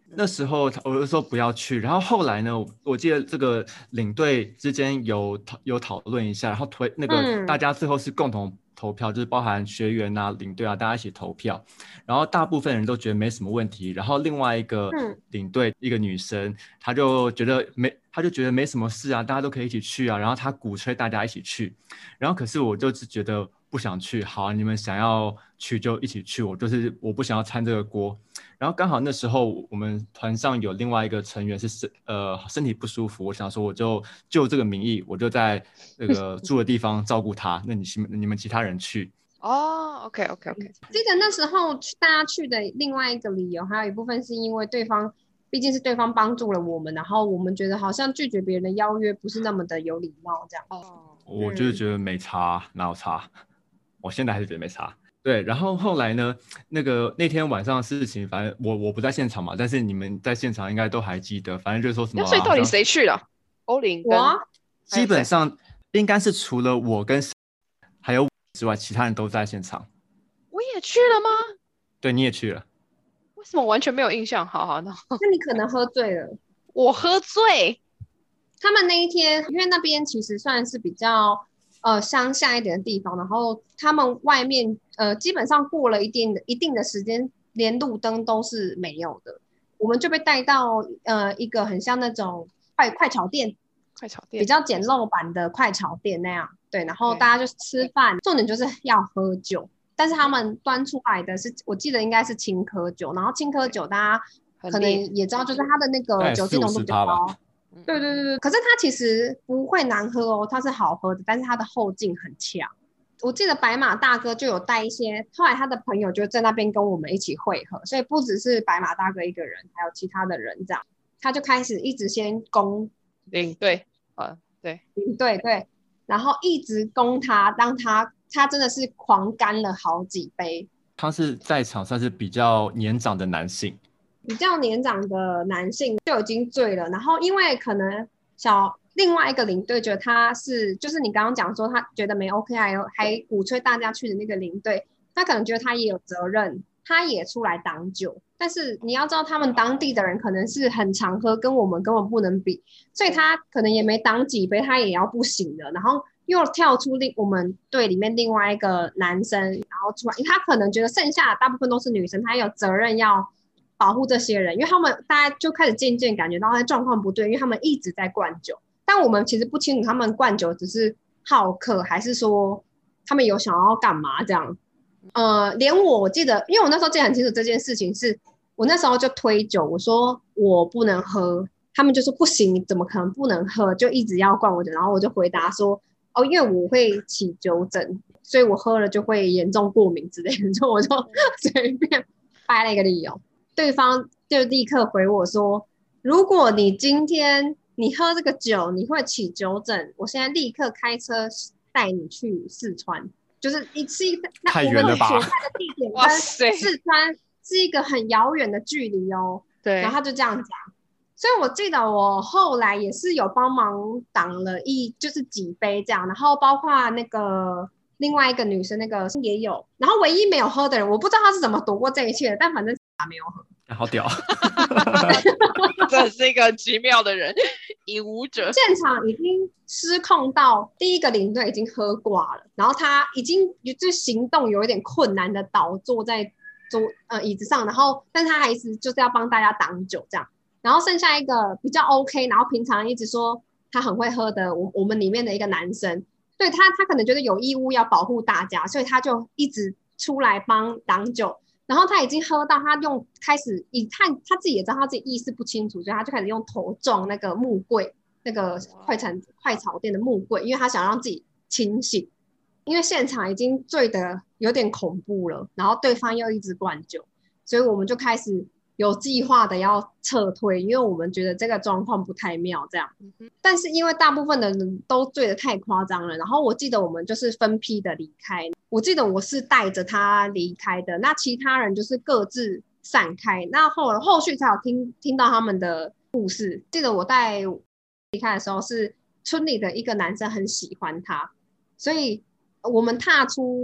那时候我就说不要去，然后后来呢，我记得这个领队之间有讨有讨论一下，然后推那个、 嗯、 大家最后是共同投票，就是包含学员啊、领队啊，大家一起投票，然后大部分人都觉得没什么问题，然后另外一个领队、嗯、一个女生，她就觉得没，她就觉得没什么事啊，大家都可以一起去啊，然后她鼓吹大家一起去，然后可是我就是觉得不想去，好啊，你们想要去就一起去，我就是我不想要掺这个锅。然后刚好那时候我们团上有另外一个成员是身呃身体不舒服，我想说我就就这个名义，我就在那个住的地方照顾他。那你你们其他人去哦、oh, ，OK OK OK。 记得那时候大家去的另外一个理由，还有一部分是因为对方毕竟是对方帮助了我们，然后我们觉得好像拒绝别人的邀约不是那么的有礼貌这样。 哦， 我就是觉得没差，哪有差？我现在还是觉得没差。对，然后后来呢？那个那天晚上的事情，反正我我不在现场嘛，但是你们在现场应该都还记得。反正就是说什么、啊， 所以到底谁去了？欧林跟我基本上应该是除了我跟还有之外，其他人都在现场。 我也去了吗？ 对，你也去了。 为什么完全没有印象？好好的， 那你可能喝醉了。 我喝醉。 他们那一天，因为那边其实算是比较。呃，乡下一点的地方，然后他们外面呃，基本上过了一定的一定的时间，连路灯都是没有的。我们就被带到呃一个很像那种快快炒店， 快炒店比较简陋版的快炒店那样。对，然后大家就吃饭，重点就是要喝酒，但是他们端出来的是，我记得应该是青稞酒，然后青稞酒大家可能也知道，就是它的那个酒精浓度比较高。对对对对，可是它其实不会难喝哦，它是好喝的，但是它的后劲很强。我记得白马大哥就有带一些，后来他的朋友就在那边跟我们一起会合，所以不只是白马大哥一个人，还有其他的人这样。他就开始一直先攻领队，呃，对， 对对，然后一直攻他，让他他真的是狂干了好几杯。 他是在场算是比较年长的男性。 比较年长的男性就已经醉了，然后因为可能小另外一个领队觉得他是，就是你刚刚讲说他觉得没 OK， 还有还鼓吹大家去的那个领队，他可能觉得他也有责任，他也出来挡酒。但是你要知道，他们当地的人可能是很常喝，跟我们根本不能比，所以他可能也没挡几杯，他也要不行了。然后又跳出另我们队里面另外一个男生，然后出来，因为他可能觉得剩下的大部分都是女生，他有责任要保护这些人，因为他们大家就开始渐渐感觉到他状况不对，因为他们一直在灌酒，但我们其实不清楚他们灌酒只是好客，还是说他们有想要干嘛这样。呃，连我我记得，因为我那时候记得很清楚这件事情是，我那时候就推酒，我说我不能喝，他们就说不行，怎么可能不能喝，就一直要灌我酒，然后我就回答说，哦，因为我会起酒疹，所以我喝了就会严重过敏之类的，就我就随便掰了一个理由。对方就立刻回我说，如果你今天你喝这个酒你会起酒疹，我现在立刻开车带你去四川，就是一次太远了吧， 我们所在的地点跟四川是一个很遥远的距离哦。 对， 然后他就这样讲，所以我记得我后来也是有帮忙挡了一就是几杯这样，然后包括那个另外一个女生那个也有，然后唯一没有喝的人我不知道他是怎么躲过这一切的，但反正他没有喝。 好屌这是一个奇妙的人，以武者。 现场已经失控到第一个领队已经喝挂了，然后他已经就行动有一点困难的倒坐在桌呃椅子上，然后但他还是就是要帮大家挡酒这样，然后剩下一个比较 OK， 然后平常一直说他很会喝的我我们里面的一个男生，对他他可能觉得有义务要保护大家，所以他就一直出来帮挡酒。然后他已经喝到他用开始以他他自己也知道他自己意识不清楚，所以他就开始用头撞那个木柜，那个快餐快炒店的木柜，因为他想让自己清醒，因为现场已经醉得有点恐怖了，然后对方又一直灌酒，所以我们就开始有计划的要撤退，因为我们觉得这个状况不太妙这样。但是因为大部分的人都醉得太夸张了，然后我记得我们就是分批的离开，我记得我是带着他离开的，那其他人就是各自散开，那 后, 后续才有 听, 听到他们的故事。记得我带离开的时候是村里的一个男生很喜欢他，所以我们踏出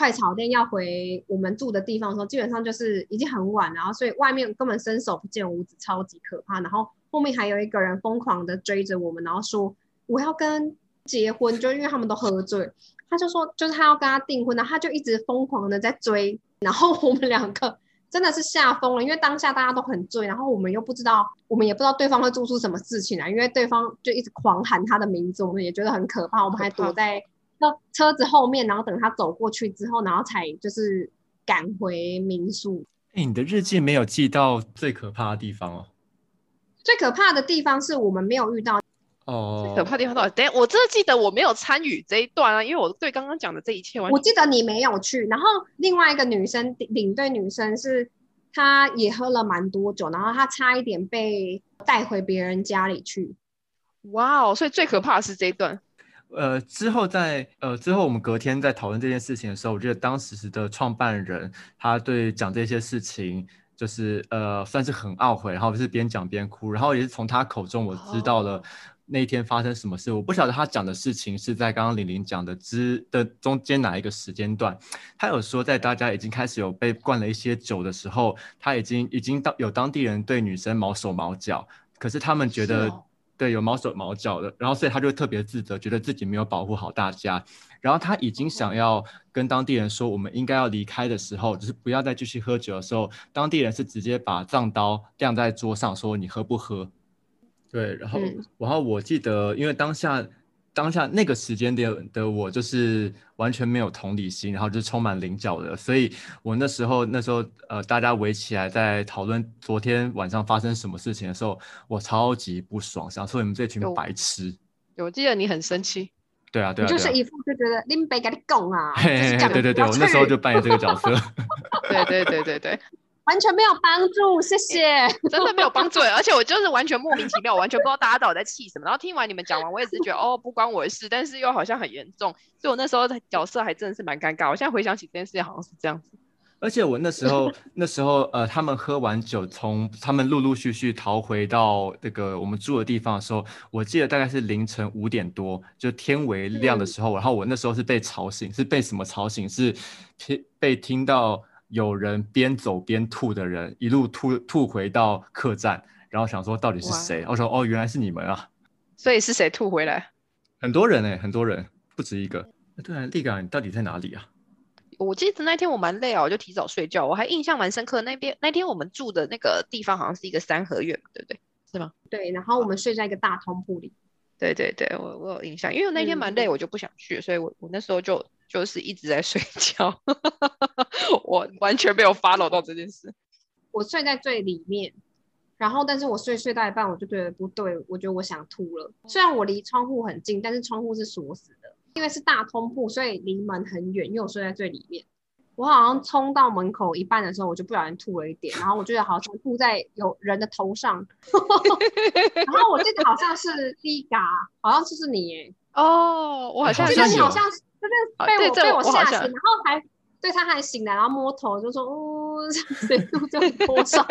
快炒店要回我们住的地方的时候，基本上就是已经很晚了，然后所以外面根本伸手不见五指，超级可怕。然后后面还有一个人疯狂的追着我们，然后说我要跟结婚，就因为他们都喝醉，他就说就是他要跟他订婚，然后他就一直疯狂的在追，然后我们两个真的是吓疯了，因为当下大家都很醉，然后我们又不知道，我们也不知道对方会做出什么事情来，因为对方就一直狂喊他的名字，我们也觉得很可怕，我们还躲在车子后面，然后等他走过去之后，然后才就是赶回民宿。 哎，你的日记没有记到最可怕的地方哦。 最可怕的地方是我们没有遇到。 哦， 最可怕的地方到底？等一下，我真的记得我没有参与这一段啊，因为我对刚刚讲的这一切完全， 我记得你没有去，然后另外一个女生领队女生是她也喝了蛮多酒，然后她差一点被带回别人家里去。 哇哦，所以最可怕的是这一段。 呃，之后在呃之后我们隔天在讨论这件事情的时候，我觉得当时的创办人他对讲这些事情就是呃算是很懊悔，然后是边讲边哭，然后也是从他口中我知道了那一天发生什么事。我不晓得他讲的事情是在刚刚玲玲讲的之的中间哪一个时间段。他有说在大家已经开始有被灌了一些酒的时候，他已经已经当有当地人对女生毛手毛脚，可是他们觉得、哦。对，有毛手毛脚的，然后所以他就特别自责，觉得自己没有保护好大家，然后他已经想要跟当地人说我们应该要离开的时候，就是不要再继续喝酒的时候，当地人是直接把藏刀晾在桌上说你喝不喝。对，然后、嗯、然后我记得因为当下当下那个时间点的我就是完全没有同理心，然后就充满棱角的，所以我那时候那时候呃大家围起来在讨论昨天晚上发生什么事情的时候，我超级不爽，想说你们这群白痴。 我记得你很生气。 对啊对啊， 你就是一副就觉得林北跟你讲啊， 嘿嘿嘿对对对，我那时候就扮演这个角色。 对对对对对。 完全没有帮助，谢谢。 真的没有帮助，而且我就是完全莫名其妙，我完全不知道大家到底在气什么。然后听完你们讲完，我也只是觉得哦，不关我的事，但是又好像很严重，所以我那时候的角色还真的是蛮尴尬。我现在回想起这件事情，好像是这样子。 而且我那时候那时候呃，他们喝完酒，从他们陆陆续续逃回到那个我们住的地方的时候，我记得大概是凌晨五点多，就天微亮的时候、嗯、然后我那时候是被吵醒，是被什么吵醒？是被听到有人边走边吐的人一路吐吐回到客栈，然后想说到底是谁？我说哦，原来是你们啊！ 所以是谁吐回来？ 很多人哎、欸，很多人，不止一个。对啊，立港，你到底在哪里啊？ 我记得那天我蛮累啊，我就提早睡觉。我还印象蛮深刻，那边那天我们住的那个地方好像是一个三合院，对不对？是吗？ 对，然后我们睡在一个大通铺里。 对对对，我我有印象，因为我那天蛮累，嗯、我就不想去，所以我我那时候就就是一直在睡觉，我完全没有 follow 到这件事。 我睡在最里面，然后但是我睡睡到一半，我就觉得不对，我觉得我想吐了。虽然我离窗户很近，但是窗户是锁死的，因为是大通铺，所以离门很远，因为我睡在最里面。我好像冲到门口一半的时候，我就不小心吐了一点，然后我觉得好像吐在有人的头上，然后我记得好像是 Liga， 好像就是你耶。 哦，我好像记得你好像就是被我被我吓醒，然后还对他还醒来，然后摸头就说哦，谁吐在我头上？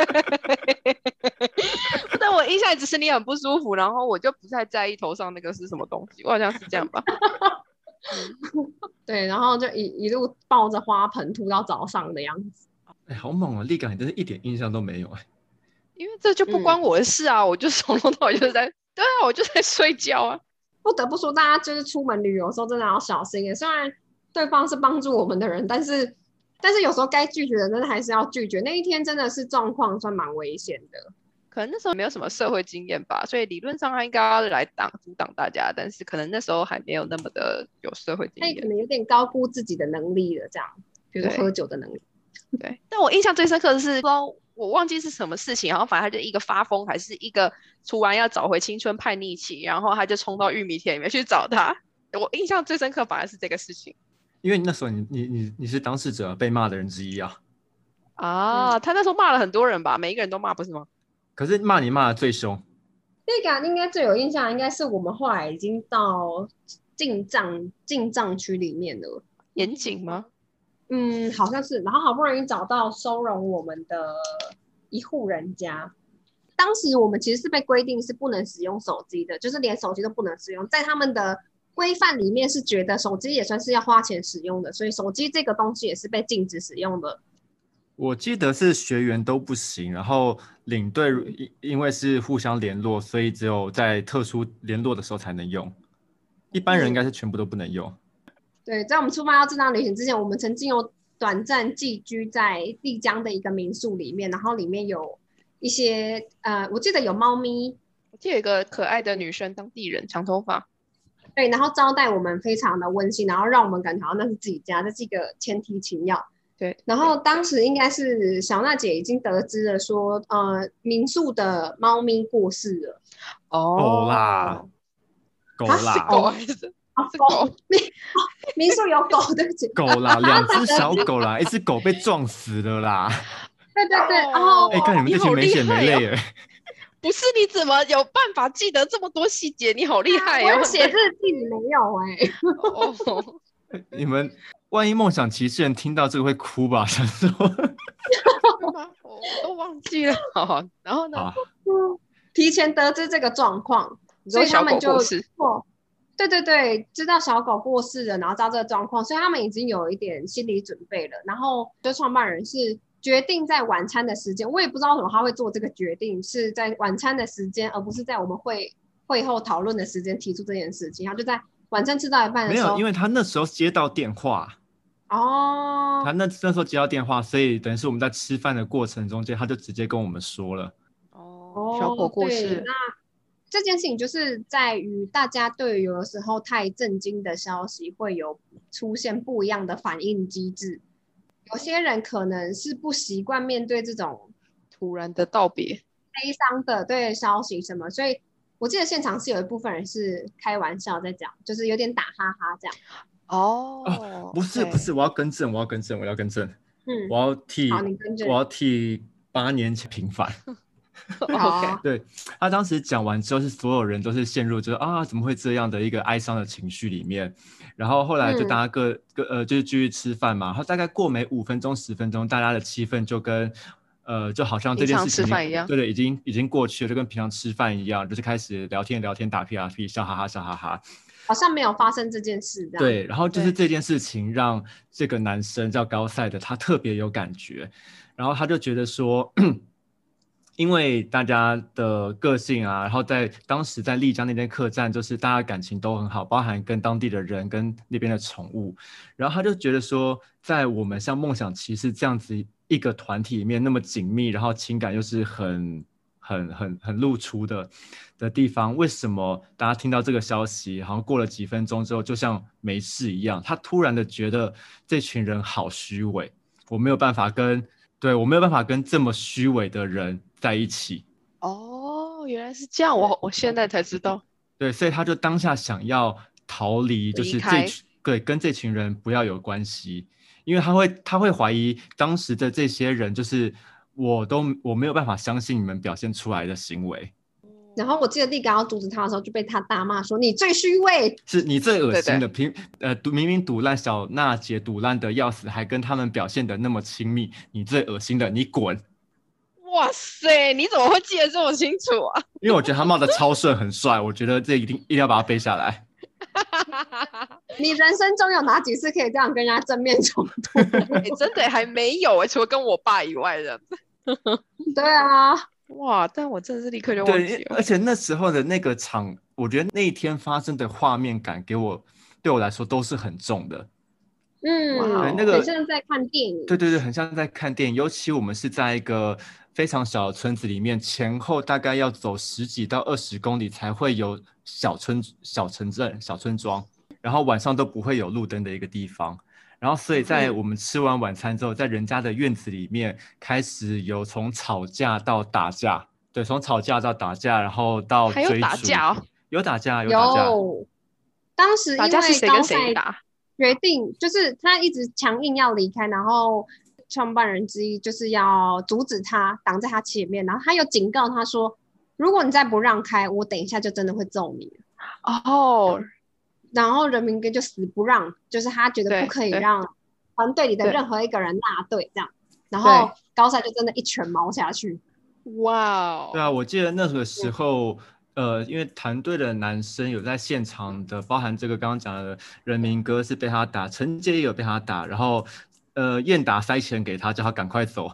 但我印象只是你很不舒服，然后我就不太在意头上那个是什么东西，我好像是这样吧。 对，然后就一一路抱着花盆吐到早上的样子。 哎，好猛啊！立港，你真是一点印象都没有哎。 因为这就不关我的事啊，嗯、我就从头到尾就是在，对啊，我就在睡觉啊。 不得不说，大家就是出门旅游的时候真的要小心耶。虽然对方是帮助我们的人，但是但是有时候该拒绝的真的还是要拒绝。那一天真的是状况算蛮危险的。 可能那时候没有什么社会经验吧，所以理论上他应该要来挡阻挡大家，但是可能那时候还没有那么的有社会经验， 可能有点高估自己的能力了，这样，比如说喝酒的能力。 对，但我印象最深刻的是说，我忘记是什么事情，然后反正他就一个发疯，还是一个突然要找回青春叛逆期，然后他就冲到玉米田里面去找他。我印象最深刻反而是这个事情， 因为那时候你你你你是当事者被骂的人之一啊。 啊、嗯，他那时候骂了很多人吧，每一个人都骂，不是吗？ 可是骂你骂的最凶。 那个应该最有印象，应该是我们后来已经到进藏进藏区里面了。 盐井吗？ 嗯，好像是。然后好不容易找到收容我们的一户人家。当时我们其实是被规定是不能使用手机的，就是连手机都不能使用。在他们的规范里面是觉得手机也算是要花钱使用的，所以手机这个东西也是被禁止使用的。 我记得是学员都不行，然后领队因为是互相联络，所以只有在特殊联络的时候才能用，一般人应该是全部都不能用。 嗯、对，在我们出发到这趟旅行之前，我们曾经有短暂寄居在丽江的一个民宿里面，然后里面有一些呃，我记得有猫咪， 我记得有一个可爱的女生，当地人，长头发。 对，然后招待我们非常的温馨，然后让我们感觉好像那是自己家，这是一个前提情要。 对， 然后当时应该是小娜姐已经得知了说，呃，民宿的猫咪过世了。 哦， 狗啦，狗啦， 狗还是是狗？ 民民宿有狗，对不起， 狗啦，两只小狗啦，一只狗被撞死了啦。 对对对，然后哎，看你们这群没血没泪哎。 不是，你怎么有办法记得这么多细节？你好厉害哦！ 我写日记里没有哎。 哦， 你们万一梦想骑士人听到这个会哭吧？想说， 我都忘记了。好，然后呢？ 提前得知这个状况，所以他们就哦，对对对，知道小狗过世了，然后知道这个状况，所以他们已经有一点心理准备了。然后，就创办人是决定在晚餐的时间，我也不知道为什么他会做这个决定，是在晚餐的时间，而不是在我们会会后讨论的时间提出这件事情。他就在晚餐吃到一半的时候， 没有，因为他那时候接到电话。 哦， 他那那时候接到电话，所以等于是我们在吃饭的过程中间，他就直接跟我们说了。 哦，小狗过世。 那这件事情就是在于大家对于有的时候太震惊的消息会有出现不一样的反应机制。有些人可能是不习惯面对这种突然的道别、 悲伤的对消息什么，所以我记得现场是有一部分人是开玩笑在讲，就是有点打哈哈这样。 哦， 哦不是不是，我要更正，我要更正，我要更正， 嗯， 我要替好，你更正， 我要替八年前平反。 OK， 对，他当时讲完之后，是所有人都是陷入就是啊怎么会这样的一个哀伤的情绪里面，然后后来就大家各、嗯、各呃就是继续吃饭嘛，然后大概过没五分钟十分钟，大家的气氛就跟呃就好像这件事情平常吃饭一样， 对对，已经已经过去了，就跟平常吃饭一样，就是开始聊天聊天打屁打屁笑哈哈笑哈哈。 好像没有发生这件事这样。 对，然后就是这件事情让这个男生叫高赛的他特别有感觉，然后他就觉得说因为大家的个性啊，然后在当时在丽江那边客栈，就是大家感情都很好，包含跟当地的人跟那边的宠物，然后他就觉得说在我们像梦想骑士这样子一个团体里面那么紧密，然后情感又是很很很很露出的的地方，为什么大家听到这个消息好像过了几分钟之后就像没事一样，他突然的觉得这群人好虚伪，我没有办法跟对我没有办法跟这么虚伪的人在一起。 哦，原来是这样，我我现在才知道。 对，所以他就当下想要逃离，就是这群对跟这群人不要有关系，因为他会他会怀疑当时的这些人，就是我都我没有办法相信你们表现出来的行为。 然后我记得立刚要阻止他的时候，就被他大骂说：“你最虚伪， 是你最恶心的。平呃，明明赌烂小娜姐赌烂的要死，还跟他们表现的那么亲密，你最恶心的，你滚！” 哇塞，你怎么会记得这么清楚啊？ 因为我觉得他骂的超顺，很帅，我觉得这一定一定要把它背下来。 你人生中有哪几次可以这样跟人家正面冲突？ 欸、真的还没有哎、欸，除了跟我爸以外的。 对啊。 哇！但我真的是立刻就忘记了。 对，而且那时候的那个场，我觉得那一天发生的画面感，给我对我来说都是很重的。 嗯， 那个很像在看电影。 对对对，很像在看电影。尤其我们是在一个非常小的村子里面，前后大概要走十几到二十公里才会有小村、小城镇、小村庄，然后晚上都不会有路灯的一个地方。然后，所以在我们吃完晚餐之后，在人家的院子里面开始有从吵架到打架，对，从吵架到打架，然后到追逐， 还有打架哦， 有打架，有打架。 有，当时因为打架是谁跟谁打？ 决定就是他一直强硬要离开，然后创办人之一就是要阻止他，挡在他前面，然后他又警告他说：“如果你再不让开，我等一下就真的会揍你。” 哦。 然后人民哥就死不让，就是他觉得不可以让团队里的任何一个人落队这样。然后高赛就真的一拳毛下去。 哇哦！ 对啊，我记得那个时候呃，因为团队的男生有在现场的，包含这个刚刚讲的人民哥是被他打，陈杰也有被他打，然后呃燕达塞钱给他，叫他赶快走。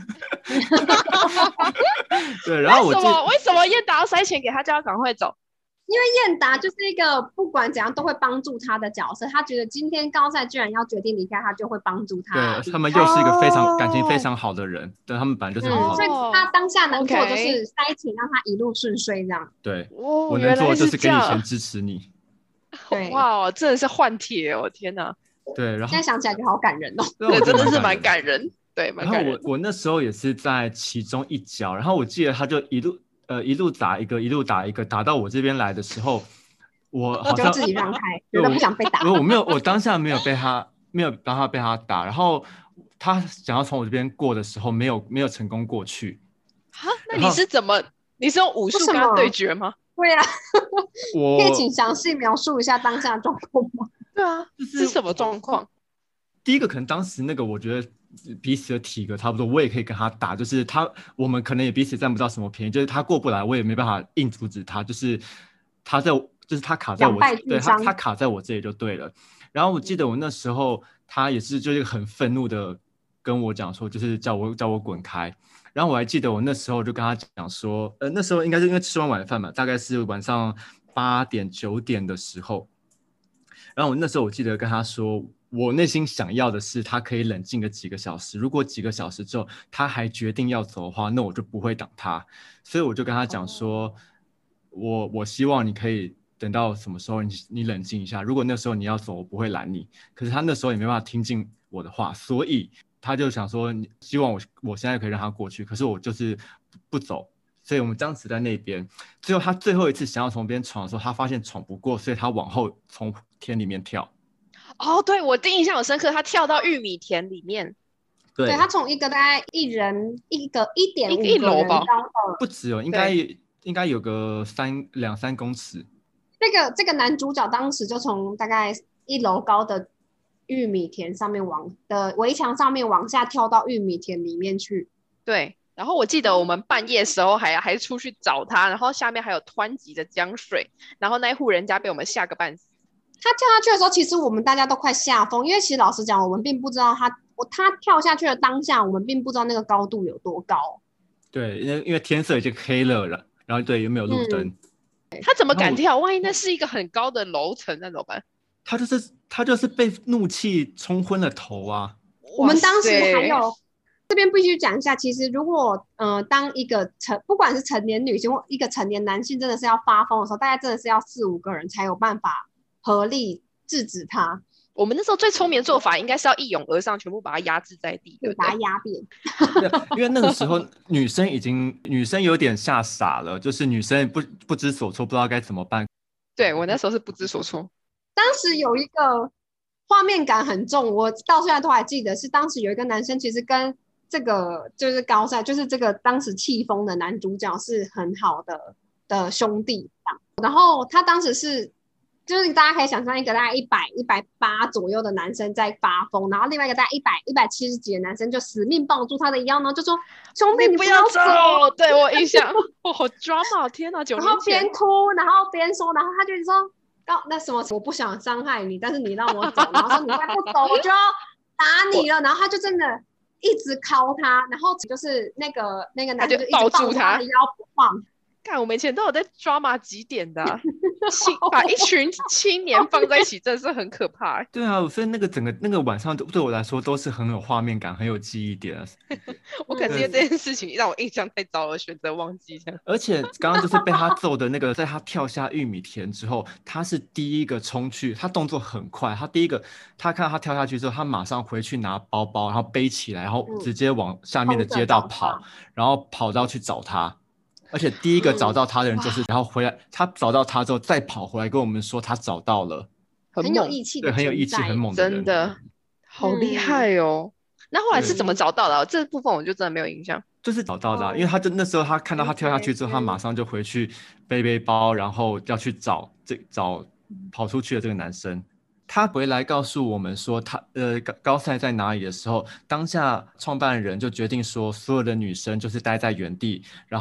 对，然后我记为什么为什么燕达要塞钱给他，叫他赶快走？ 因为燕达就是一个不管怎样都会帮助他的角色，他觉得今天高赛居然要决定离开他，就会帮助他。 对，他们又是一个非常、 哦感情非常好的人，对他们本来就是很嗯， 好的。 所以他当下能做的就 OK 是塞钱，让他一路顺遂这样。 对， 哦， 我能做的就是给你原来是钱支持你。 对， 哇，真的是换铁哦！天哪， 对，然后现在想起来就好感人哦。 对我这真的是蛮蛮感人，对，蛮然后感人。 我我那时候也是在其中一角，然后我记得他就一路呃一路打一个，一路打一个，打到我这边来的时候，我好就像自己让开， 对觉得不想被打。 我我没有，我当下没有被他没有让他被他打，然后他想要从我这边过的时候，没有没有成功过去。 哈，那你是怎么？你是用武术跟他对决吗？ 对啊， 我可以请详细描述一下当下的状况吗？ 对啊，是什么状况？ 第一个可能当时那个，我觉得彼此的体格差不多，我也可以跟他打，就是他我们可能也彼此占不到什么便宜，就是他过不来，我也没办法硬阻止他，就是他在，就是他卡在我，对他他卡在我这里就对了。然后我记得我那时候他也是就是很愤怒的跟我讲说，就是叫我叫我滚开。然后我还记得我那时候就跟他讲说，呃，那时候应该是因为吃完晚饭嘛，大概是晚上八点九点的时候。然后我那时候我记得跟他说，我内心想要的是他可以冷静个几个小时，如果几个小时之后他还决定要走的话，那我就不会挡他。所以我就跟他讲说，我我希望你可以等到什么时候你你冷静一下，如果那时候你要走，我不会拦你。可是他那时候也没办法听进我的话，所以他就想说，希望我我现在可以让他过去，可是我就是不走。所以我们僵持在那边，最后他最后一次想要从边闯的时候，他发现闯不过，所以他往后从田里面跳。 哦，对，我印象很深刻，他跳到玉米田里面。 对， 对他从一个大概一人一个一点五个人高的， 不止哦，应该应该有个三两三公尺。 这个这个男主角当时就从大概一楼高的玉米田上面往的围墙上面往下跳到玉米田里面去。 对。然后我记得我们半夜的时候还还出去找他，然后下面还有湍急的江水，然后那一户人家被我们吓个半死。 他跳下去的时候，其实我们大家都快吓疯，因为其实老实讲，我们并不知道他他跳下去的当下，我们并不知道那个高度有多高。 对，因为因为天色已经黑了，然后对，又没有路灯、 嗯， 他怎么敢跳？万一那是一个很高的楼层，那怎么办？ 他就是他就是被怒气冲昏了头啊！ 我们当时还有。这边必须讲一下，其实如果呃，当一个成不管是成年女性或一个成年男性，真的是要发疯的时候，大概真的是要四五个人才有办法合力制止他。 我们那时候最聪明的做法，应该是要一拥而上，全部把他压制在地，对， 把他压扁。 因为那个时候女生已经女生有点吓傻了，就是女生不不知所措，不知道该怎么办。 对，我那时候是不知所措。 当时有一个画面感很重，我到现在都还记得，是当时有一个男生其实跟这个就是高赛，就是这个当时气疯的男主角是很好的的兄弟，然后他当时是就是大家可以想象一个大概一百一百八左右的男生在发疯，然后另外一个大概一百一百七十几的男生就死命抱住他的腰，然后就说兄弟你不要走，对我印象，哦，好 drama， 天哪，九年前， 然后边哭然后边说，然后他就说高那什么我不想伤害你，但是你让我走，然后说你再不走我就要打你了，然后他就真的。一直敲他，然后就是那个那个男的就一直抱住他的腰不放。 看我们以前都有在drama几点的、啊，把一群青年放在一起，真的是很可怕、欸。 对啊，所以那个整个那个晚上对我来说都是很有画面感、很有记忆点。 我可能因为这件事情让我印象太糟了，选择忘记这样。 而且刚刚就是被他揍的那个，在他跳下玉米田之后，他是第一个冲去，他动作很快，他第一个他看到他跳下去之后，他马上回去拿包包，然后背起来，然后直接往下面的街道跑，嗯、然后跑到去找他。而且第一个找到他的人就是，嗯、然后回来，他找到他之后再跑回来跟我们说他找到了， 很有义气的， 对，很有义气、很猛的人， 真的好厉害哦。嗯、那后来是怎么找到的、啊？这部分我就真的没有印象。 就是找到的、啊，因为他就那时候他看到他跳下去之后，他马上就回去背背包，然后要去找这找跑出去的这个男生。他回来告诉我们说他呃高赛在哪里的时候，当下创办人就决定说所有的女生就是待在原地，然后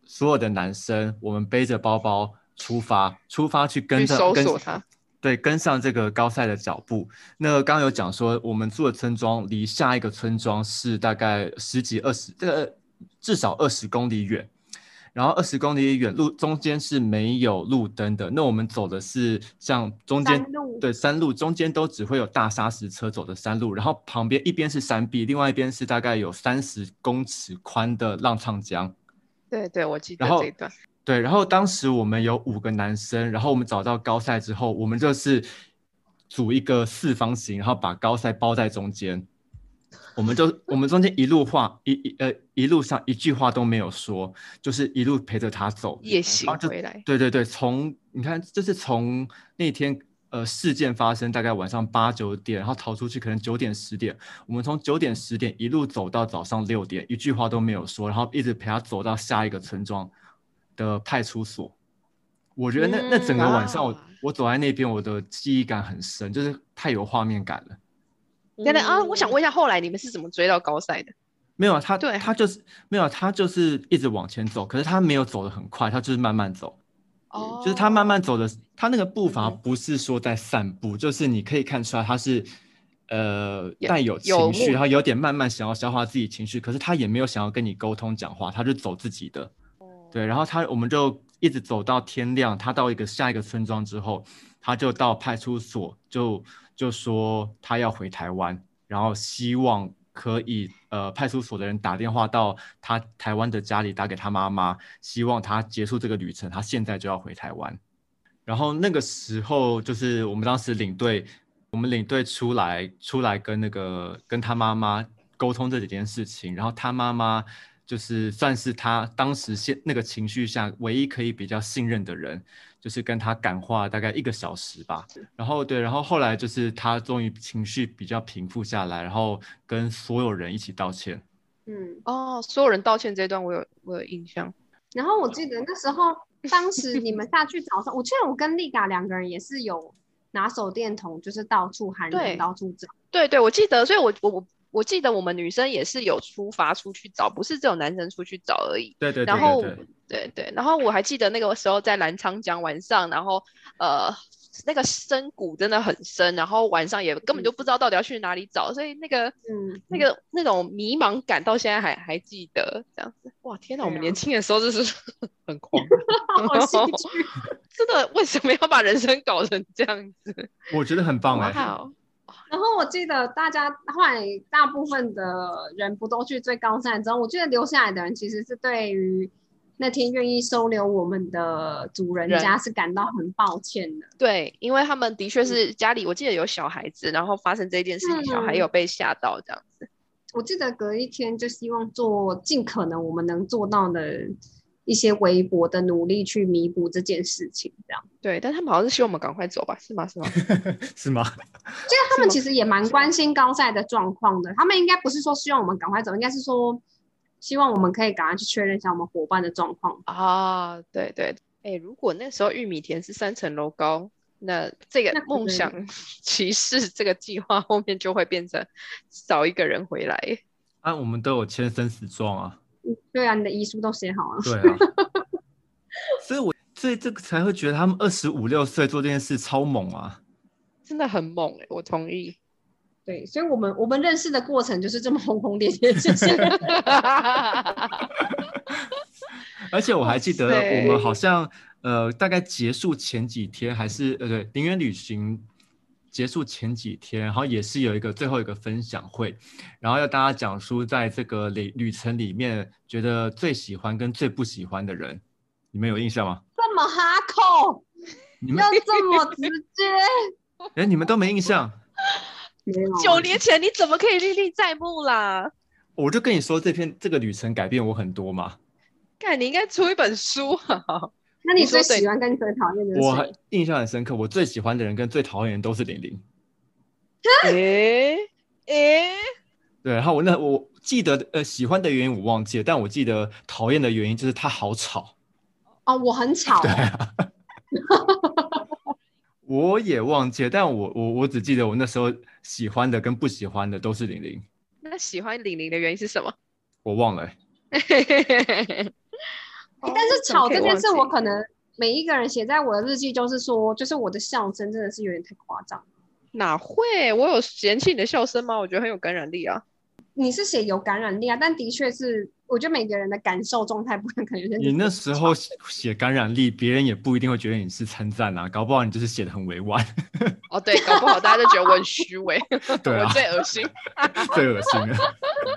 所有的男生，我们背着包包出发，出发去跟去着跟搜索他。 对，跟上这个高赛的脚步。那刚刚有讲说，我们住的村庄离下一个村庄是大概十几二十，这个至少二十公里远。然后二十公里远，路中间是没有路灯的。那我们走的是像中间山路对山路，中间都只会有大砂石车走的山路，然后旁边一边是山壁，另外一边是大概有三十公尺宽的浪唱江。 对对，我记得然后这一段。 对，然后当时我们有五个男生，然后我们找到高赛之后，我们就是组一个四方形，然后把高赛包在中间。我们就我们中间一路话一一呃一路上一句话都没有说，就是一路陪着他走， 夜行然后就回来。 对对对，从你看，就是从那天呃事件发生大概晚上八九点，然后逃出去可能九点十点，我们从九点十点一路走到早上六点，一句话都没有说，然后一直陪他走到下一个村庄的派出所。我觉得那、 嗯、 那整个晚上我、 啊、 我走在那边，我的记忆感很深，就是太有画面感了。 等等啊，我想问一下，后来你们是怎么追到高赛的？ 没有他， 对， 他就是没有他就是一直往前走，可是他没有走得很快，他就是慢慢走。哦，就是他慢慢走的，他那个步伐不是说在散步，嗯、就是你可以看出来他是呃带有情绪，然后有点慢慢想要消化自己情绪，可是他也没有想要跟你沟通讲话，他就走自己的。对，然后他我们就一直走到天亮，他到一个下一个村庄之后，他就到派出所就就说他要回台湾，然后希望可以呃派出所的人打电话到他台湾的家里，打给他妈妈，希望他结束这个旅程，他现在就要回台湾。然后那个时候就是我们当时领队，我们领队出来出来跟那个跟他妈妈沟通这几件事情，然后他妈妈就是算是他当时现那个情绪下唯一可以比较信任的人，就是跟他感化大概一个小时吧。然后对，然后后来就是他终于情绪比较平复下来，然后跟所有人一起道歉。 嗯，哦，所有人道歉这一段我有我有印象。 然后我记得那时候，当时你们下去找的时候，我记得我跟丽嘎两个人也是有拿手电筒，就是到处喊人，到处找。 对对，我记得，所以我我我我记得我们女生也是有出发出去找，不是只有男生出去找而已。 对对对对对。 然后对对，然后我还记得那个时候在澜沧江晚上，然后呃那个深谷真的很深，然后晚上也根本就不知道到底要去哪里找，所以那个嗯那个那种迷茫感到现在还还记得这样子。哇天哪，我们年轻的时候就是很狂， 好戏剧， 真的为什么要把人生搞成这样子？ 我觉得很棒哎、欸。 然后我记得大家后来大部分的人不都去追高赛之后，我记得留下来的人其实是对于那天愿意收留我们的主人家是感到很抱歉的。 对，因为他们的确是家里，我记得有小孩子，然后发生这件事情，嗯、小孩有被吓到这样子。 我记得隔一天就希望做尽可能我们能做到的一些微薄的努力去弥补这件事情，这样。 对，但他们好像是希望我们赶快走吧？是吗？是吗？ 是吗？ 就是他们其实也蛮关心高赛的状况的。他们应该不是说希望我们赶快走，应该是说希望我们可以赶快去确认一下我们伙伴的状况啊。对对，哎，如果那时候玉米田是三层楼高，那这个梦想骑士这个计划后面就会变成少一个人回来。 啊，我们都有签生死状啊。 对啊，你的遗书都写好了。 对啊，所以我所以这个才会觉得他们二十五六岁做这件事超猛啊， 真的很猛哎、欸，我同意。 对，所以我们我们认识的过程就是这么轰轰烈烈，谢谢。 而且我还记得我们好像呃大概结束前几天还是呃对林园旅行。结束前几天，然后也是有一个最后一个分享会，然后要大家讲述在这个旅旅程里面觉得最喜欢跟最不喜欢的人，你们有印象吗？ 这么哈口，要这么直接？ 哎，你们都没印象？ 九年前你怎么可以历历在目啦？ 我就跟你说，这篇这个旅程改变我很多嘛。 看，你应该出一本书啊。 那你最喜欢跟最讨厌的人？ 我印象很深刻，我最喜欢的人跟最讨厌的人都是玲玲。 诶诶， 对，然后我那我记得呃喜欢的原因我忘记了，但我记得讨厌的原因就是他好吵。 哦，我很吵。 对啊。我也忘记了，但我我我只记得我那时候喜欢的跟不喜欢的都是玲玲。 那喜欢玲玲的原因是什么？ 我忘了、欸。 欸但是吵这件事，我可能每一个人写在我的日记，就是说，就是我的笑声真的是有点太夸张。 哪会？我有嫌弃你的笑声吗？我觉得很有感染力啊。 你是写有感染力啊，但的确是，我觉得每个人的感受状态不可能。 你那时候写感染力，别人也不一定会觉得你是称赞啊，搞不好你就是写的很委婉。 哦，对，搞不好大家都觉得我很虚伪， 对啊， 我最恶心， 最恶心了。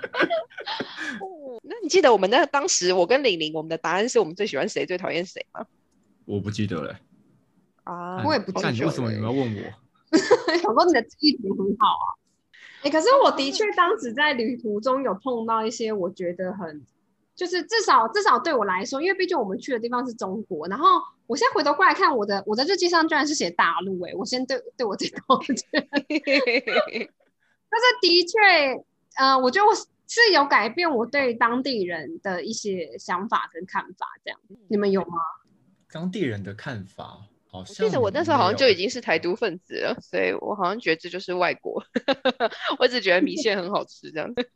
哦，那你记得我们那当时我跟玲玲，我们的答案是我们最喜欢谁，最讨厌谁吗？ 我不记得了。 啊， 我也不记得。 为什么你们要问我？ 想说你的记忆力很好啊。欸、可是我的确当时在旅途中有碰到一些我觉得很，就是至少至少对我来说，因为毕竟我们去的地方是中国，然后我现在回头过来看我的我的日记上居然是写大陆，哎，我先对对我自己道歉。但是的确，呃，我觉得我是有改变我对当地人的一些想法跟看法，这样你们有吗？ 当地人的看法。我记得我那时候好像就已经是台独分子了，所以我好像觉得这就是外国。我只觉得米线很好吃，这样子。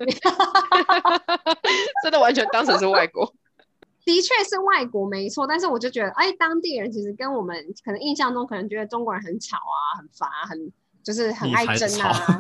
真的完全当成是外国。 的确是外国没错，但是我就觉得，哎，当地人其实跟我们可能印象中可能觉得中国人很吵啊，很烦啊，很就是很爱争啊。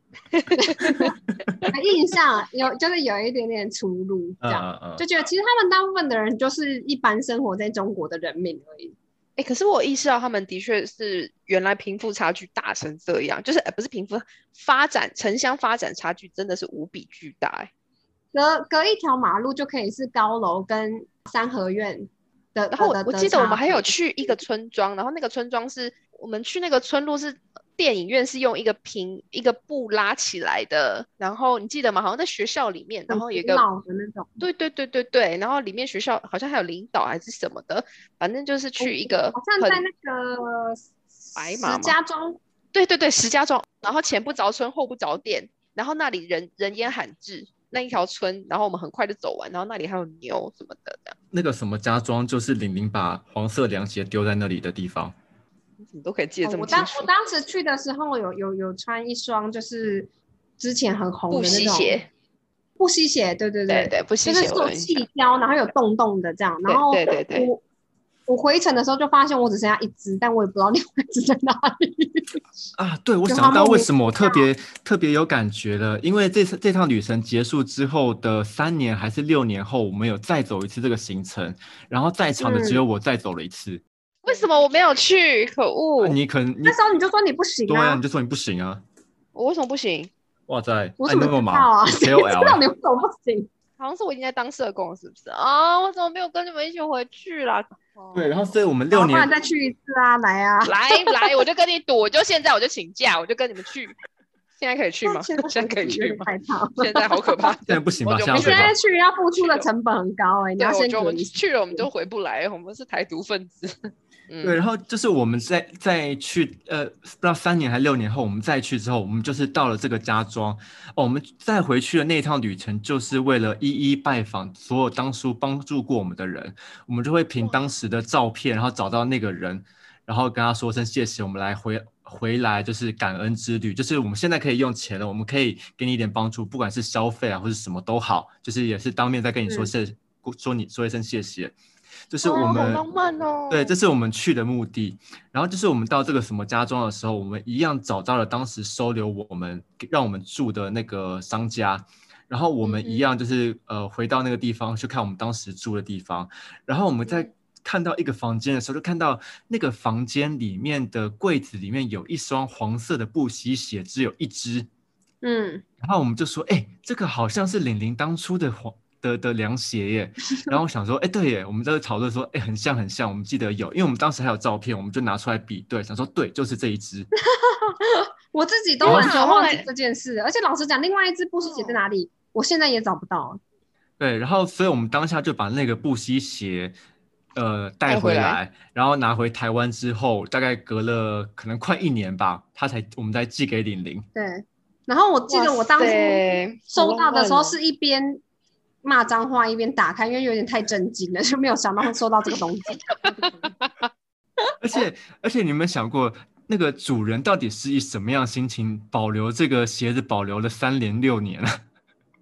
印象有就是有一点点出入，这样、嗯嗯、就觉得其实他们大部分的人就是一般生活在中国的人民而已。 欸、可是我意识到他们的确是原来贫富差距大成这样，就是、欸、不是贫富发展城乡发展差距真的是无比巨大、欸、 隔隔一条马路就可以是高楼跟三合院的。 然后 我, 我记得我们还有去一个村庄，然后那个村庄是我们去那个村落是电影院是用一个平一个布拉起来的，然后你记得吗？好像在学校里面，然后有一个老的那种， 对对对对对，然后里面学校好像还有领导还是什么的，反正就是去一个好像在那个白马石家庄， 对对对，石家庄，然后前不着村后不着店，然后那里人人烟罕至，那一条村，然后我们很快就走完，然后那里还有牛什么的这样。 那个什么家庄就是玲玲把黄色凉鞋丢在那里的地方。 你都可以记得这么清楚。 楚、 哦、我, 当我当时去的时候有有有穿一双就是之前很红的那种布鞋鞋， 布鞋鞋，对对对对，布鞋鞋， 就是做气胶，然后有洞洞的这样。然后对对对对， 我我回程的时候就发现我只剩下一只，但我也不知道另外一只在哪里。 啊，对，我想到为什么我特别特别有感觉了，因为这次这趟旅程结束之后的三年还是六年后，我们有再走一次这个行程，然后在场的只有我再走了一次。嗯， 为什么我没有去？可恶！ 啊、你可能那时候你就说你不行啊。 对啊，你就说你不行啊。 我为什么不行？ 哇塞， 我怎么知道啊？ 谁知道你为什么不行？ 好像是我已经在当社工了，是不是啊？我怎么没有跟你们一起回去啦？ 对，然后所以我们六年， 不然再去一次啊，来啊， 来来，我就跟你赌，我就现在我就请假，我就跟你们去。现在可以去吗？现在可以去吗？现在好可怕， 现在不行吧？ 你现在去要付出的成本很高哎、欸，你要先我们去了，我们就回不来，我们是台独分子。 嗯、对，然后就是我们在再去呃，不知道三年还六年后，我们再去之后，我们就是到了这个家庄哦。我们再回去的那一趟旅程，就是为了一一拜访所有当初帮助过我们的人。我们就会凭当时的照片，然后找到那个人，然后跟他说声谢谢，我们来回回来就是感恩之旅。就是我们现在可以用钱了，我们可以给你一点帮助，不管是消费啊或是什么都好，就是也是当面再跟你说谢，嗯、说你说一声谢谢。就是我们、 哦、好浪漫哦， 对，这是我们去的目的。然后就是我们到这个什么家庄的时候，我们一样找到了当时收留我们让我们住的那个商家，然后我们一样就是、嗯、呃回到那个地方去看我们当时住的地方。然后我们在看到一个房间的时候，就看到那个房间里面的柜子里面有一双黄色的布吸鞋，只有一只。 嗯， 然后我们就说，哎、欸，这个好像是玲玲当初的黄。的, 的凉鞋耶，然后我想说，哎、欸，对耶，我们在讨论说，哎、欸，很像很像，我们记得有，因为我们当时还有照片，我们就拿出来比对，想说，对，就是这一只。 我自己都完全忘记这件事，而且老实讲，另外一只布吸鞋在哪里，哦、我现在也找不到。 对，然后所以我们当下就把那个布吸鞋，呃，带回来，回来然后拿回台湾之后，大概隔了可能快一年吧，他才我们才寄给玲玲。 对，然后我记得我当初收到的时候是一边骂脏话一边打开，因为有点太震惊了，就没有想到会收到这个东西。 而且而且你们想过，那个主人到底是以什么样的心情保留这个鞋子，保留了三连六年啊？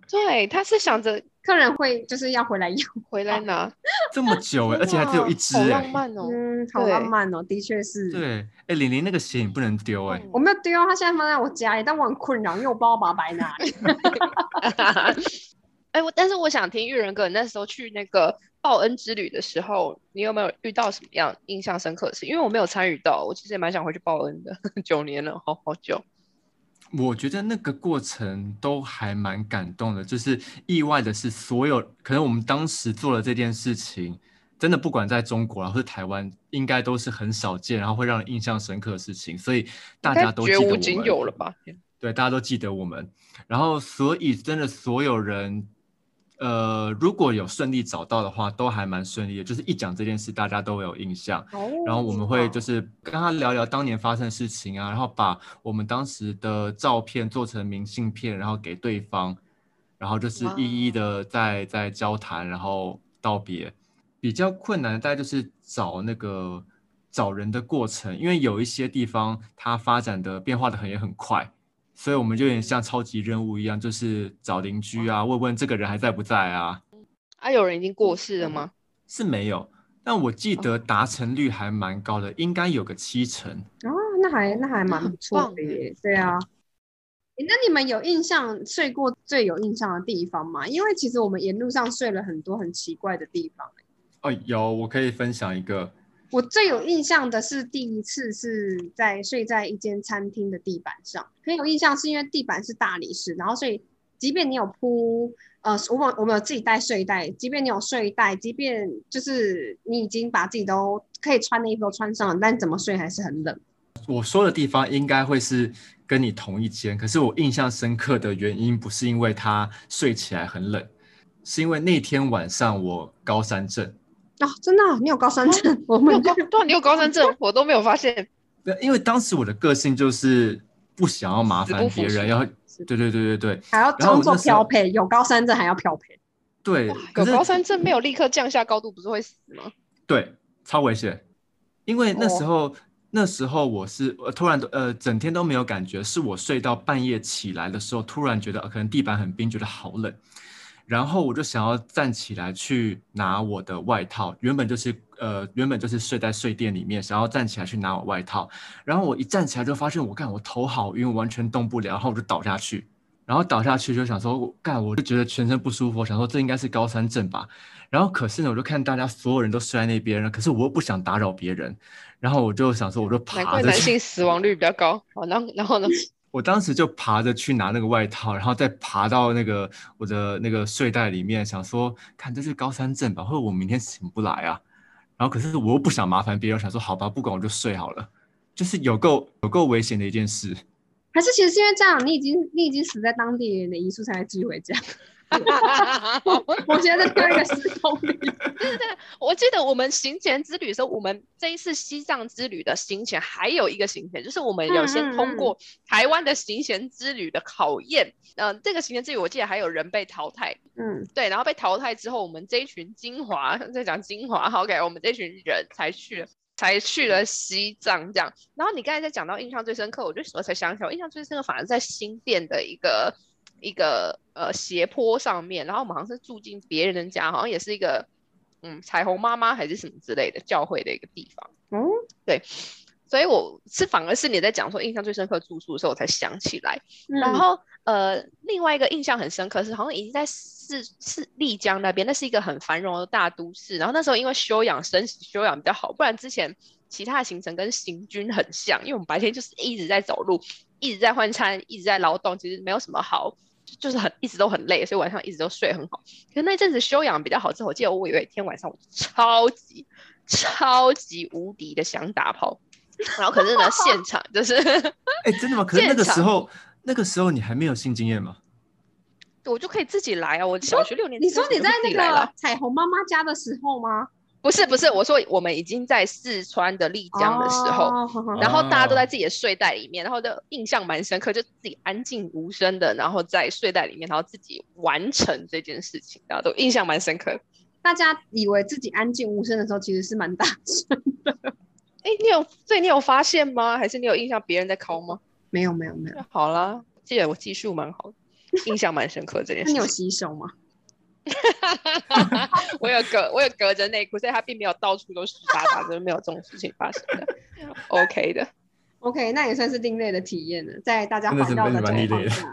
对，他是想着客人会就是要回来用， 回来拿， 这么久哎、而且还只有一只好哎、 浪漫哦。 嗯，好对浪漫哦，的确是。 对，哎、玲玲那个鞋你不能丢哎、 嗯我没有丢，他现在放在我家里，但我很困扰，因为我不知道把它摆哪里。 哎、我但是我想听玉人哥，你那时候去那个报恩之旅的时候，你有没有遇到什么样印象深刻的事？因为我没有参与到，我其实也蛮想回去报恩的，九年了，好好久。 我觉得那个过程都还蛮感动的，就是意外的是，所有可能我们当时做了这件事情，真的不管在中国啊或是台湾，应该都是很少见，然后会让人印象深刻的事情，所以大应该家都记得绝无仅我们， 有了吧？ 对，大家都记得我们，然后所以真的所有人，呃，如果有顺利找到的话，都还蛮顺利的，就是一讲这件事，大家都会有印象。 哦， 然后我们会就是跟他聊聊当年发生的事情啊，然后把我们当时的照片做成明信片，然后给对方，然后就是一一的在在交谈，然后道别。比较困难的大概就是找那个找人的过程，因为有一些地方它发展的变化的很也很快，所以我们就有点像超级任务一样，就是找邻居啊，问问这个人还在不在啊。 啊，有人已经过世了吗？ 是没有，但我记得达成率还蛮高的，应该有个七成。 哦，那还那还蛮那很不错棒的耶。对啊，诶那你们有印象睡过最有印象的地方吗？因为其实我们沿路上睡了很多很奇怪的地方。 哦，有，我可以分享一个。 我最有印象的是第一次是在睡在一间餐厅的地板上，很有印象是因为地板是大理石，然后所以即便你有铺呃，我们我们有自己带睡袋，即便你有睡袋，即便就是你已经把自己都可以穿的衣服都穿上了，但怎么睡还是很冷。 我说的地方应该会是跟你同一间，可是我印象深刻的原因不是因为它睡起来很冷，是因为那天晚上我高山症。 哦，真的啊、你有高山症？我你有们高对啊，你有高山症，我都没有发现。 对，因为当时我的个性就是不想要麻死不服烦别人， 输要对对对对对， 还要然后装作我那时候漂配，有高山症还要漂配。 对，可是有高山症没有立刻降下高度，不是会死吗？ 对，超危险。因为那时哦， 候、那时候我是呃突然呃整天都没有感觉，是我睡到半夜起来的时候，突然觉得、呃、可能地板很冰，觉得好冷，然后我就想要站起来去拿我的外套，原本就是呃原本就是睡在睡垫里面，想要站起来去拿我外套，然后我一站起来就发现我干我头好晕，我完全动不了，然后我就倒下去。然后倒下去就想说，干，我就觉得全身不舒服，我想说这应该是高山症吧。然后可是呢，我就看大家所有人都睡在那边，可是我又不想打扰别人，然后我就想说，我就难怪男爬着去， 性死亡率比较高。好，然后然后呢？ 我当时就爬着去拿那个外套，然后再爬到那个我的那个睡袋里面，想说，看这是高山症吧，或者我明天醒不来啊。然后可是我又不想麻烦别人，想说好吧，不管我就睡好了，就是有够有够危险的一件事。 还是其实是因为这样，你已经你已经死在当地人的遗书才会寄回家。我觉得这另一个时空里， 对对对，我记得我们行前之旅的时候，我们这一次西藏之旅的行前还有一个行前，就是我们有先通过台湾的行前之旅的考验。嗯、呃，这个行前之旅我记得还有人被淘汰， 嗯， 对，然后被淘汰之后，我们这一群精华在讲精华 ，OK， 我们这群人才去了。才去了西藏这样，然后你刚才在讲到印象最深刻，我就我才想起来，我印象最深刻反而在新店的一个一个呃斜坡上面，然后我们好像是住进别人的家，好像也是一个嗯彩虹妈妈还是什么之类的教会的一个地方， 嗯， 对，所以我是反而是你在讲说印象最深刻住宿的时候，我才想起来， 嗯然后呃另外一个印象很深刻是好像已经在是是丽江那边，那是一个很繁荣的大都市。然后那时候因为休养生息，休养比较好，不然之前其他的行程跟行军很像，因为我们白天就是一直在走路，一直在换餐，一直在劳动，其实没有什么好，就是很一直都很累，所以晚上一直都睡很好。可是那阵子休养比较好之后，我记得我有一天晚上我超级超级无敌的想打炮，然后可是呢现场就是哎，真的吗？可是那个现场时候那个时候你还没有性经验吗？ 我就可以自己来啊！我小学六年级你说你在那就自己来了个彩虹妈妈家的时候吗？ 不是不是，我说我们已经在四川的丽江的时候， 哦呵呵然后大家都在自己的睡袋里面，然后就印象蛮深刻，就自己安静无声的，然后在睡袋里面，然后自己完成这件事情，然后都印象蛮深刻。 大家以为自己安静无声的时候，其实是蛮大声的。 哎，你有所以你有发现吗？还是你有印象别人在敲吗？ 没有没有没有， 好啦，记得我技术蛮好的。 印象蛮深刻这件事情。 那你有洗手吗？ 我有隔我有隔着内裤，所以它并没有到处都湿哒哒，就是没有这种事情发生的。OK 的。 OK， 那也算是另类的体验了，在大家环绕的状况下。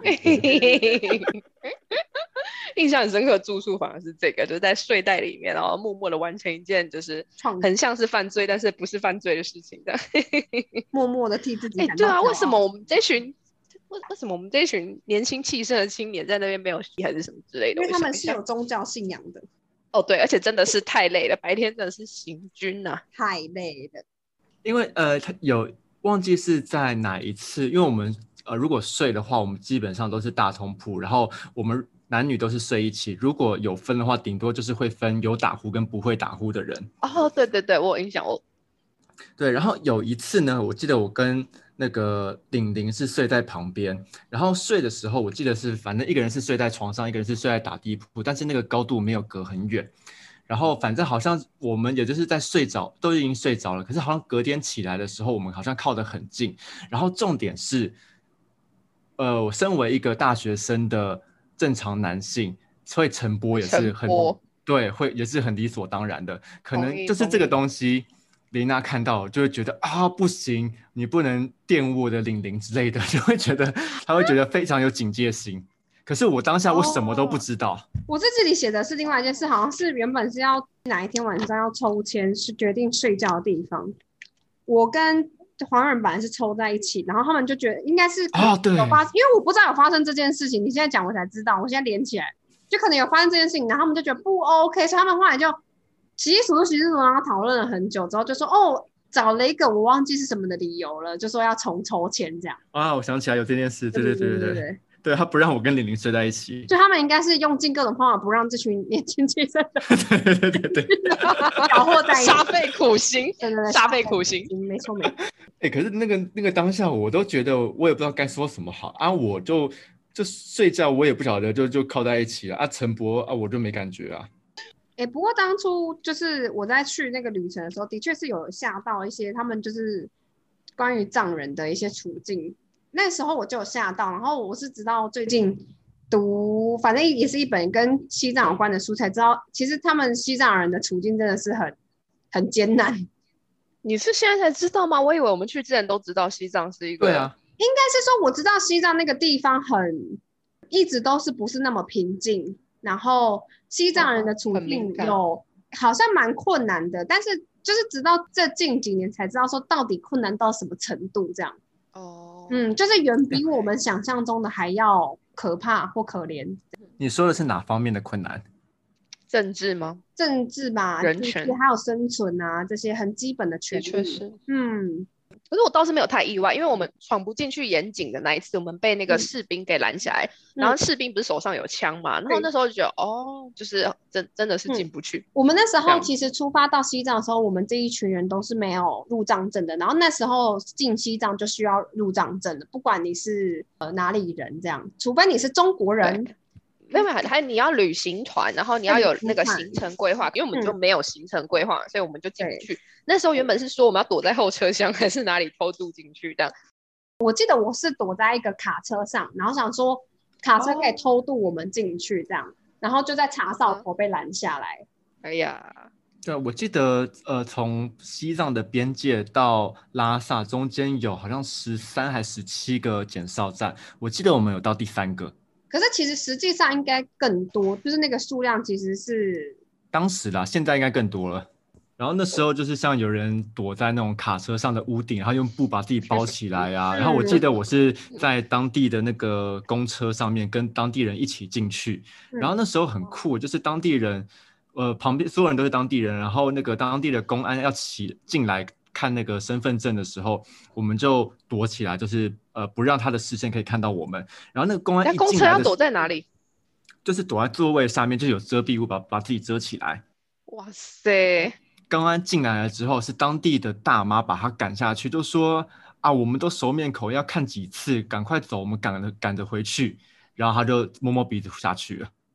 印象很深刻的住宿反而是这个，就是在睡袋里面，然后默默的完成一件就是很像是犯罪，但是不是犯罪的事情的。 默默的替自己感到、 欸、对啊，为什么我们这群为为什么我们这群年轻气盛的青年在那边没有洗还是什么之类的？ 因为他们是有宗教信仰的。 哦，对，而且真的是太累了，白天真的是行军啊， 太累了。 因为呃，他有忘记是在哪一次，因为我们呃如果睡的话，我们基本上都是大通铺，然后我们男女都是睡一起，如果有分的话，顶多就是会分有打呼跟不会打呼的人。 哦，对对对，我有印象。我对，然后有一次呢，我记得我跟那个玲玲是睡在旁边，然后睡的时候，我记得是反正一个人是睡在床上，一个人是睡在打地铺，但是那个高度没有隔很远。然后反正好像我们也就是在睡着，都已经睡着了，可是好像隔天起来的时候，我们好像靠得很近。然后重点是，呃，我身为一个大学生的正常男性，会晨勃也是很对，会也是很理所当然的。可能就是这个东西，琳娜看到就会觉得啊，不行，你不能玷污我的玲玲之类的，就会觉得他会觉得非常有警戒心。可是我当下我什么都不知道。哦、 我在这里写的是另外一件事，好像是原本是要哪一天晚上要抽签，是决定睡觉的地方。我跟黄人本来是抽在一起，然后他们就觉得应该是有发、 哦、对，因为我不知道有发生这件事情，你现在讲我才知道，我现在连起来，就可能有发生这件事情，然后他们就觉得不 OK， 所以他们后来就洗洗数数洗洗数数，然后讨论了很久之后，就说哦，找了一个我忘记是什么的理由了，就说要重抽签这样。 啊，我想起来有这件事，对对对对对, 对, 对, 对。 对，他不让我跟玲玲睡在一起， 就他们应该是用尽各种方法不让这群年轻气盛的对对对对对搞混在一起， 煞费苦心， 对对对， 煞费苦心， 没错没错。 哎、欸，可是那个那个当下，我都觉得我也不知道该说什么好啊，我就就睡觉，我也不晓得就就靠在一起了啊，晨勃啊，我就没感觉啊。 哎、欸，不过当初就是我在去那个旅程的时候，的确是有吓到一些他们就是关于藏人的一些处境。那时候我就有吓到，然后我是直到最近读，反正也是一本跟西藏有关的书，才知道其实他们西藏人的处境真的是很很艰难。 你是现在才知道吗？我以为我们去之前都知道西藏是一个。 对啊， 应该是说我知道西藏那个地方很一直都是不是那么平静，然后西藏人的处境有好像蛮困难的，但是就是直到这近几年才知道说到底困难到什么程度这样。 哦， 嗯，就是远比我们想象中的还要可怕或可怜。 你说的是哪方面的困难？ 政治吗？ 政治吧， 人权还有生存啊，这些很基本的权利。 确实， 嗯。 可是我倒是没有太意外，因为我们闯不进去盐井的那一次，我们被那个士兵给拦下来，嗯、然后士兵不是手上有枪嘛，嗯、然后那时候就觉得哦，就是真真的是进不去、嗯。 我们那时候其实出发到西藏的时候，我们这一群人都是没有入藏证的，然后那时候进西藏就需要入藏证的，不管你是呃哪里人这样，除非你是中国人。 没有，还你要旅行团，然后你要有那个行程规划，因为我们就没有行程规划、嗯，所以我们就进不去。那时候原本是说我们要躲在后车厢，还是哪里偷渡进去这样。 我记得我是躲在一个卡车上，然后想说卡车可以偷渡我们进去这样，哦、然后就在查哨口被拦下来。 哎呀， 对，我记得呃，从西藏的边界到拉萨中间有好像十三还十七个检哨站，我记得我们有到第三个。 可是其实实际上应该更多，就是那个数量其实是当时啦，现在应该更多了。然后那时候就是像有人躲在那种卡车上的屋顶，然后用布把自己包起来啊。然后我记得我是在当地的那个公车上面跟当地人一起进去，然后那时候很酷，就是当地人，呃，旁边所有人都是当地人，然后那个当地的公安要起进来看那个身份证的时候，我们就躲起来，就是呃不让他的视线可以看到我们。然后那个公安一进来的时候， 公车要躲在哪里？ 就是躲在座位下面，就有遮蔽物把把自己遮起来。 哇塞！ 公安进来了之后，是当地的大妈把他赶下去，就说啊，我们都熟面孔，要看几次，赶快走，我们赶着赶着回去。然后他就摸摸鼻子下去了。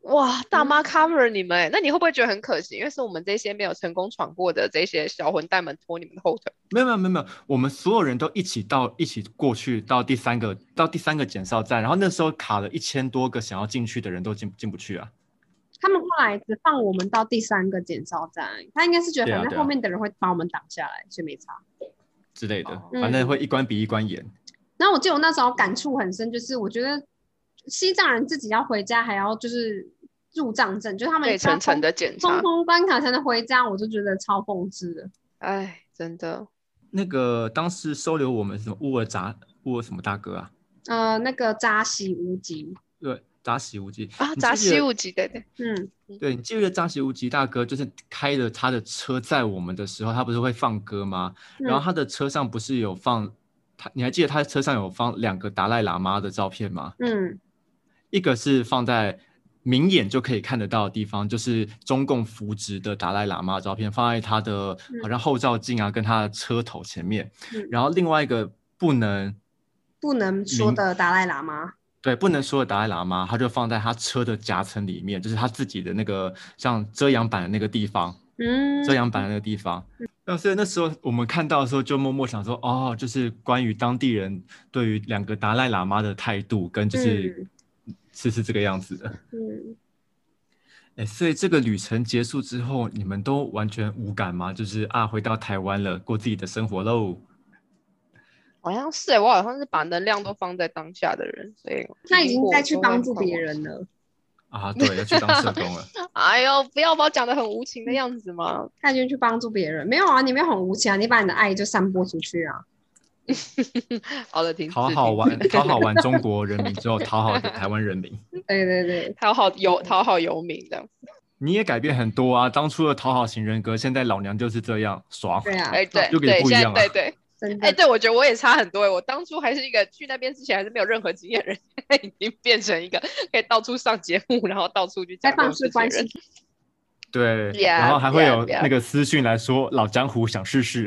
哇，大妈 cover 你们、欸，那你会不会觉得很可惜？因为是我们这些没有成功闯过的这些小混蛋们拖你们的后腿。 没有没有没有没有，我们所有人都一起到一起过去到第三个到第三个检哨站，然后那时候卡了一千多个想要进去的人都进进不去啊。 他们后来只放我们到第三个检哨站，他应该是觉得反正后面的人会把我们挡下来，所以没差之类的， 哦反正会一关比一关严。 然后我记得我那时候感触很深，就是我觉得西藏人自己要回家还要就是入藏证，就是他们对层层的检查， 通通关卡才能回家，我就觉得超讽刺的。 哎，真的。 那个当时收留我们什么乌尔扎乌尔什么大哥啊？ 呃，那个扎西乌吉， 对，扎西乌吉啊，扎西乌吉，对对， 嗯， 对，你记不记得扎西乌吉大哥就是开着他的车载我们的时候，他不是会放歌吗？ 嗯、 然后他的车上不是有放他，你还记得他的车上有放两个达赖喇嘛的照片吗？ 嗯， 一个是放在明眼就可以看得到的地方，就是中共扶植的达赖喇嘛的照片，放在他的好像后照镜啊，跟他的车头前面。 嗯、 然后另外一个不能不能说的达赖喇嘛， 对，不能说的达赖喇嘛，他就放在他车的夹层里面，就是他自己的那个像遮阳板的那个地方， 嗯， 遮阳板的那个地方。那所以那时候我们看到的时候，就默默想说，哦，就是关于当地人对于两个达赖喇嘛的态度，跟就是是是这个样子的。 嗯， 哎，所以这个旅程结束之后，你们都完全无感吗？就是啊，回到台湾了，过自己的生活喽。 好像是、欸、我好像是把能量都放在当下的人，所以他已经在去帮助别人了啊，对，要去当社工了。 哎呦，不要把我讲得很无情的样子嘛。 他已经去帮助别人，没有啊，你没有很无情啊，你把你的爱就散播出去啊。 好的，停止。 讨好完讨好完中国人民之后，讨好台湾人民。 对对对， 讨好游讨好游民这样子。 你也改变很多啊，当初的讨好型人格，现在老娘就是这样爽。 对啊， 哎对， 又给不一样了。 对对。哎、欸，对，我觉得我也差很多、欸。我当初还是一个去那边之前还是没有任何经验的人，现在已经变成一个可以到处上节目，然后到处去讲故事的人。 对， yeah, 然后还会有 yeah, 那个私讯来说 yeah. 老江湖想试试。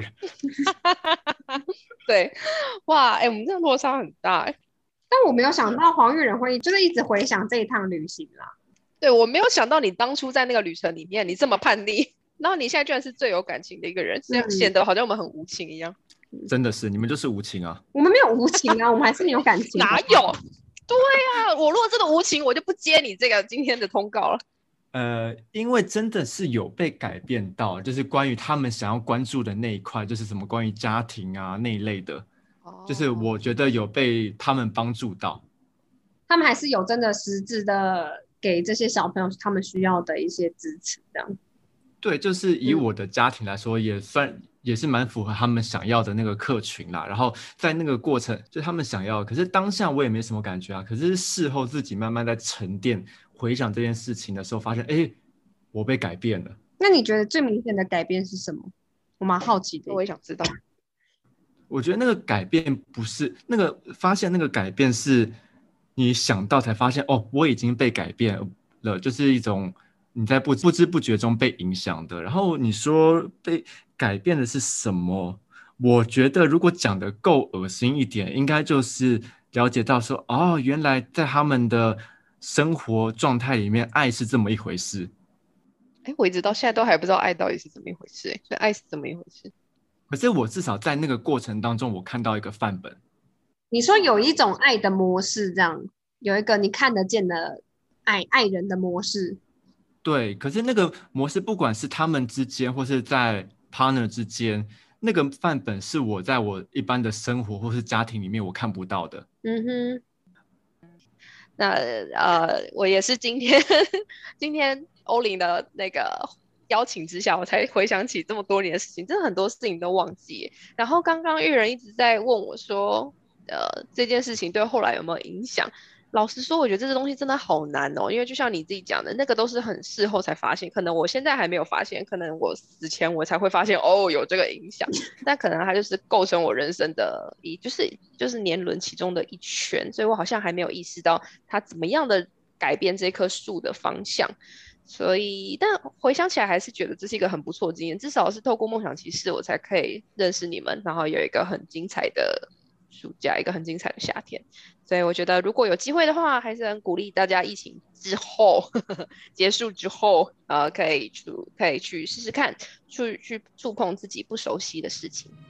对，哇，哎、欸，我们这个落差很大哎、欸。 但我没有想到黄玉仁会就是一直回想这一趟旅行啦。 对，我没有想到你当初在那个旅程里面你这么叛逆，然后你现在居然是最有感情的一个人，这样显得好像我们很无情一样。 真的是，你们就是无情啊！ 我们没有无情啊，我们还是没有感情。 哪有？对啊，我如果真的无情，我就不接你这个今天的通告了。 呃，因为真的是有被改变到，就是关于他们想要关注的那一块，就是什么关于家庭啊那一类的，哦、就是我觉得有被他们帮助到。 他们还是有真的实质的给这些小朋友他们需要的一些支持，这样。 对，就是以我的家庭来说，也算、嗯、也是蛮符合他们想要的那个客群啦。然后在那个过程，就他们想要，可是当下我也没什么感觉啊。可是事后自己慢慢在沉淀、回想这件事情的时候，发现，哎，我被改变了。 那你觉得最明显的改变是什么？我蛮好奇的， 我也想知道。 我觉得那个改变不是那个发现，那个改变是你想到才发现，哦，我已经被改变了，就是一种。你在不不知不觉中被影响的，然后你说被改变的是什么？我觉得如果讲得够恶心一点，应该就是了解到说，哦，原来在他们的生活状态里面，爱是这么一回事。 哎，我一直到现在都还不知道爱到底是怎么一回事，所以爱是怎么一回事？ 可是我至少在那个过程当中，我看到一个范本。 你说有一种爱的模式，这样有一个你看得见的爱爱人的模式。 对，可是那个模式，不管是他们之间，或是在 partner 之间，那个范本是我在我一般的生活或是家庭里面我看不到的。 嗯哼。 那呃，我也是今天今天欧琳的那个邀请之下，我才回想起这么多年的事情，真的很多事情都忘记。然后刚刚玉人一直在问我说，呃，这件事情对后来有没有影响？老实说，我觉得这个东西真的好难哦，因为就像你自己讲的，那个都是很事后才发现，可能我现在还没有发现，可能我死前我才会发现哦有这个影响，但可能它就是构成我人生的一就是就是年轮其中的一圈，所以我好像还没有意识到它怎么样的改变这棵树的方向。所以，但回想起来还是觉得这是一个很不错的经验，至少是透过梦想骑士我才可以认识你们，然后有一个很精彩的暑假，一个很精彩的夏天。所以我觉得如果有机会的话，还是很鼓励大家疫情之后呵呵结束之后，呃，可以去可以去试试看，去去触碰自己不熟悉的事情。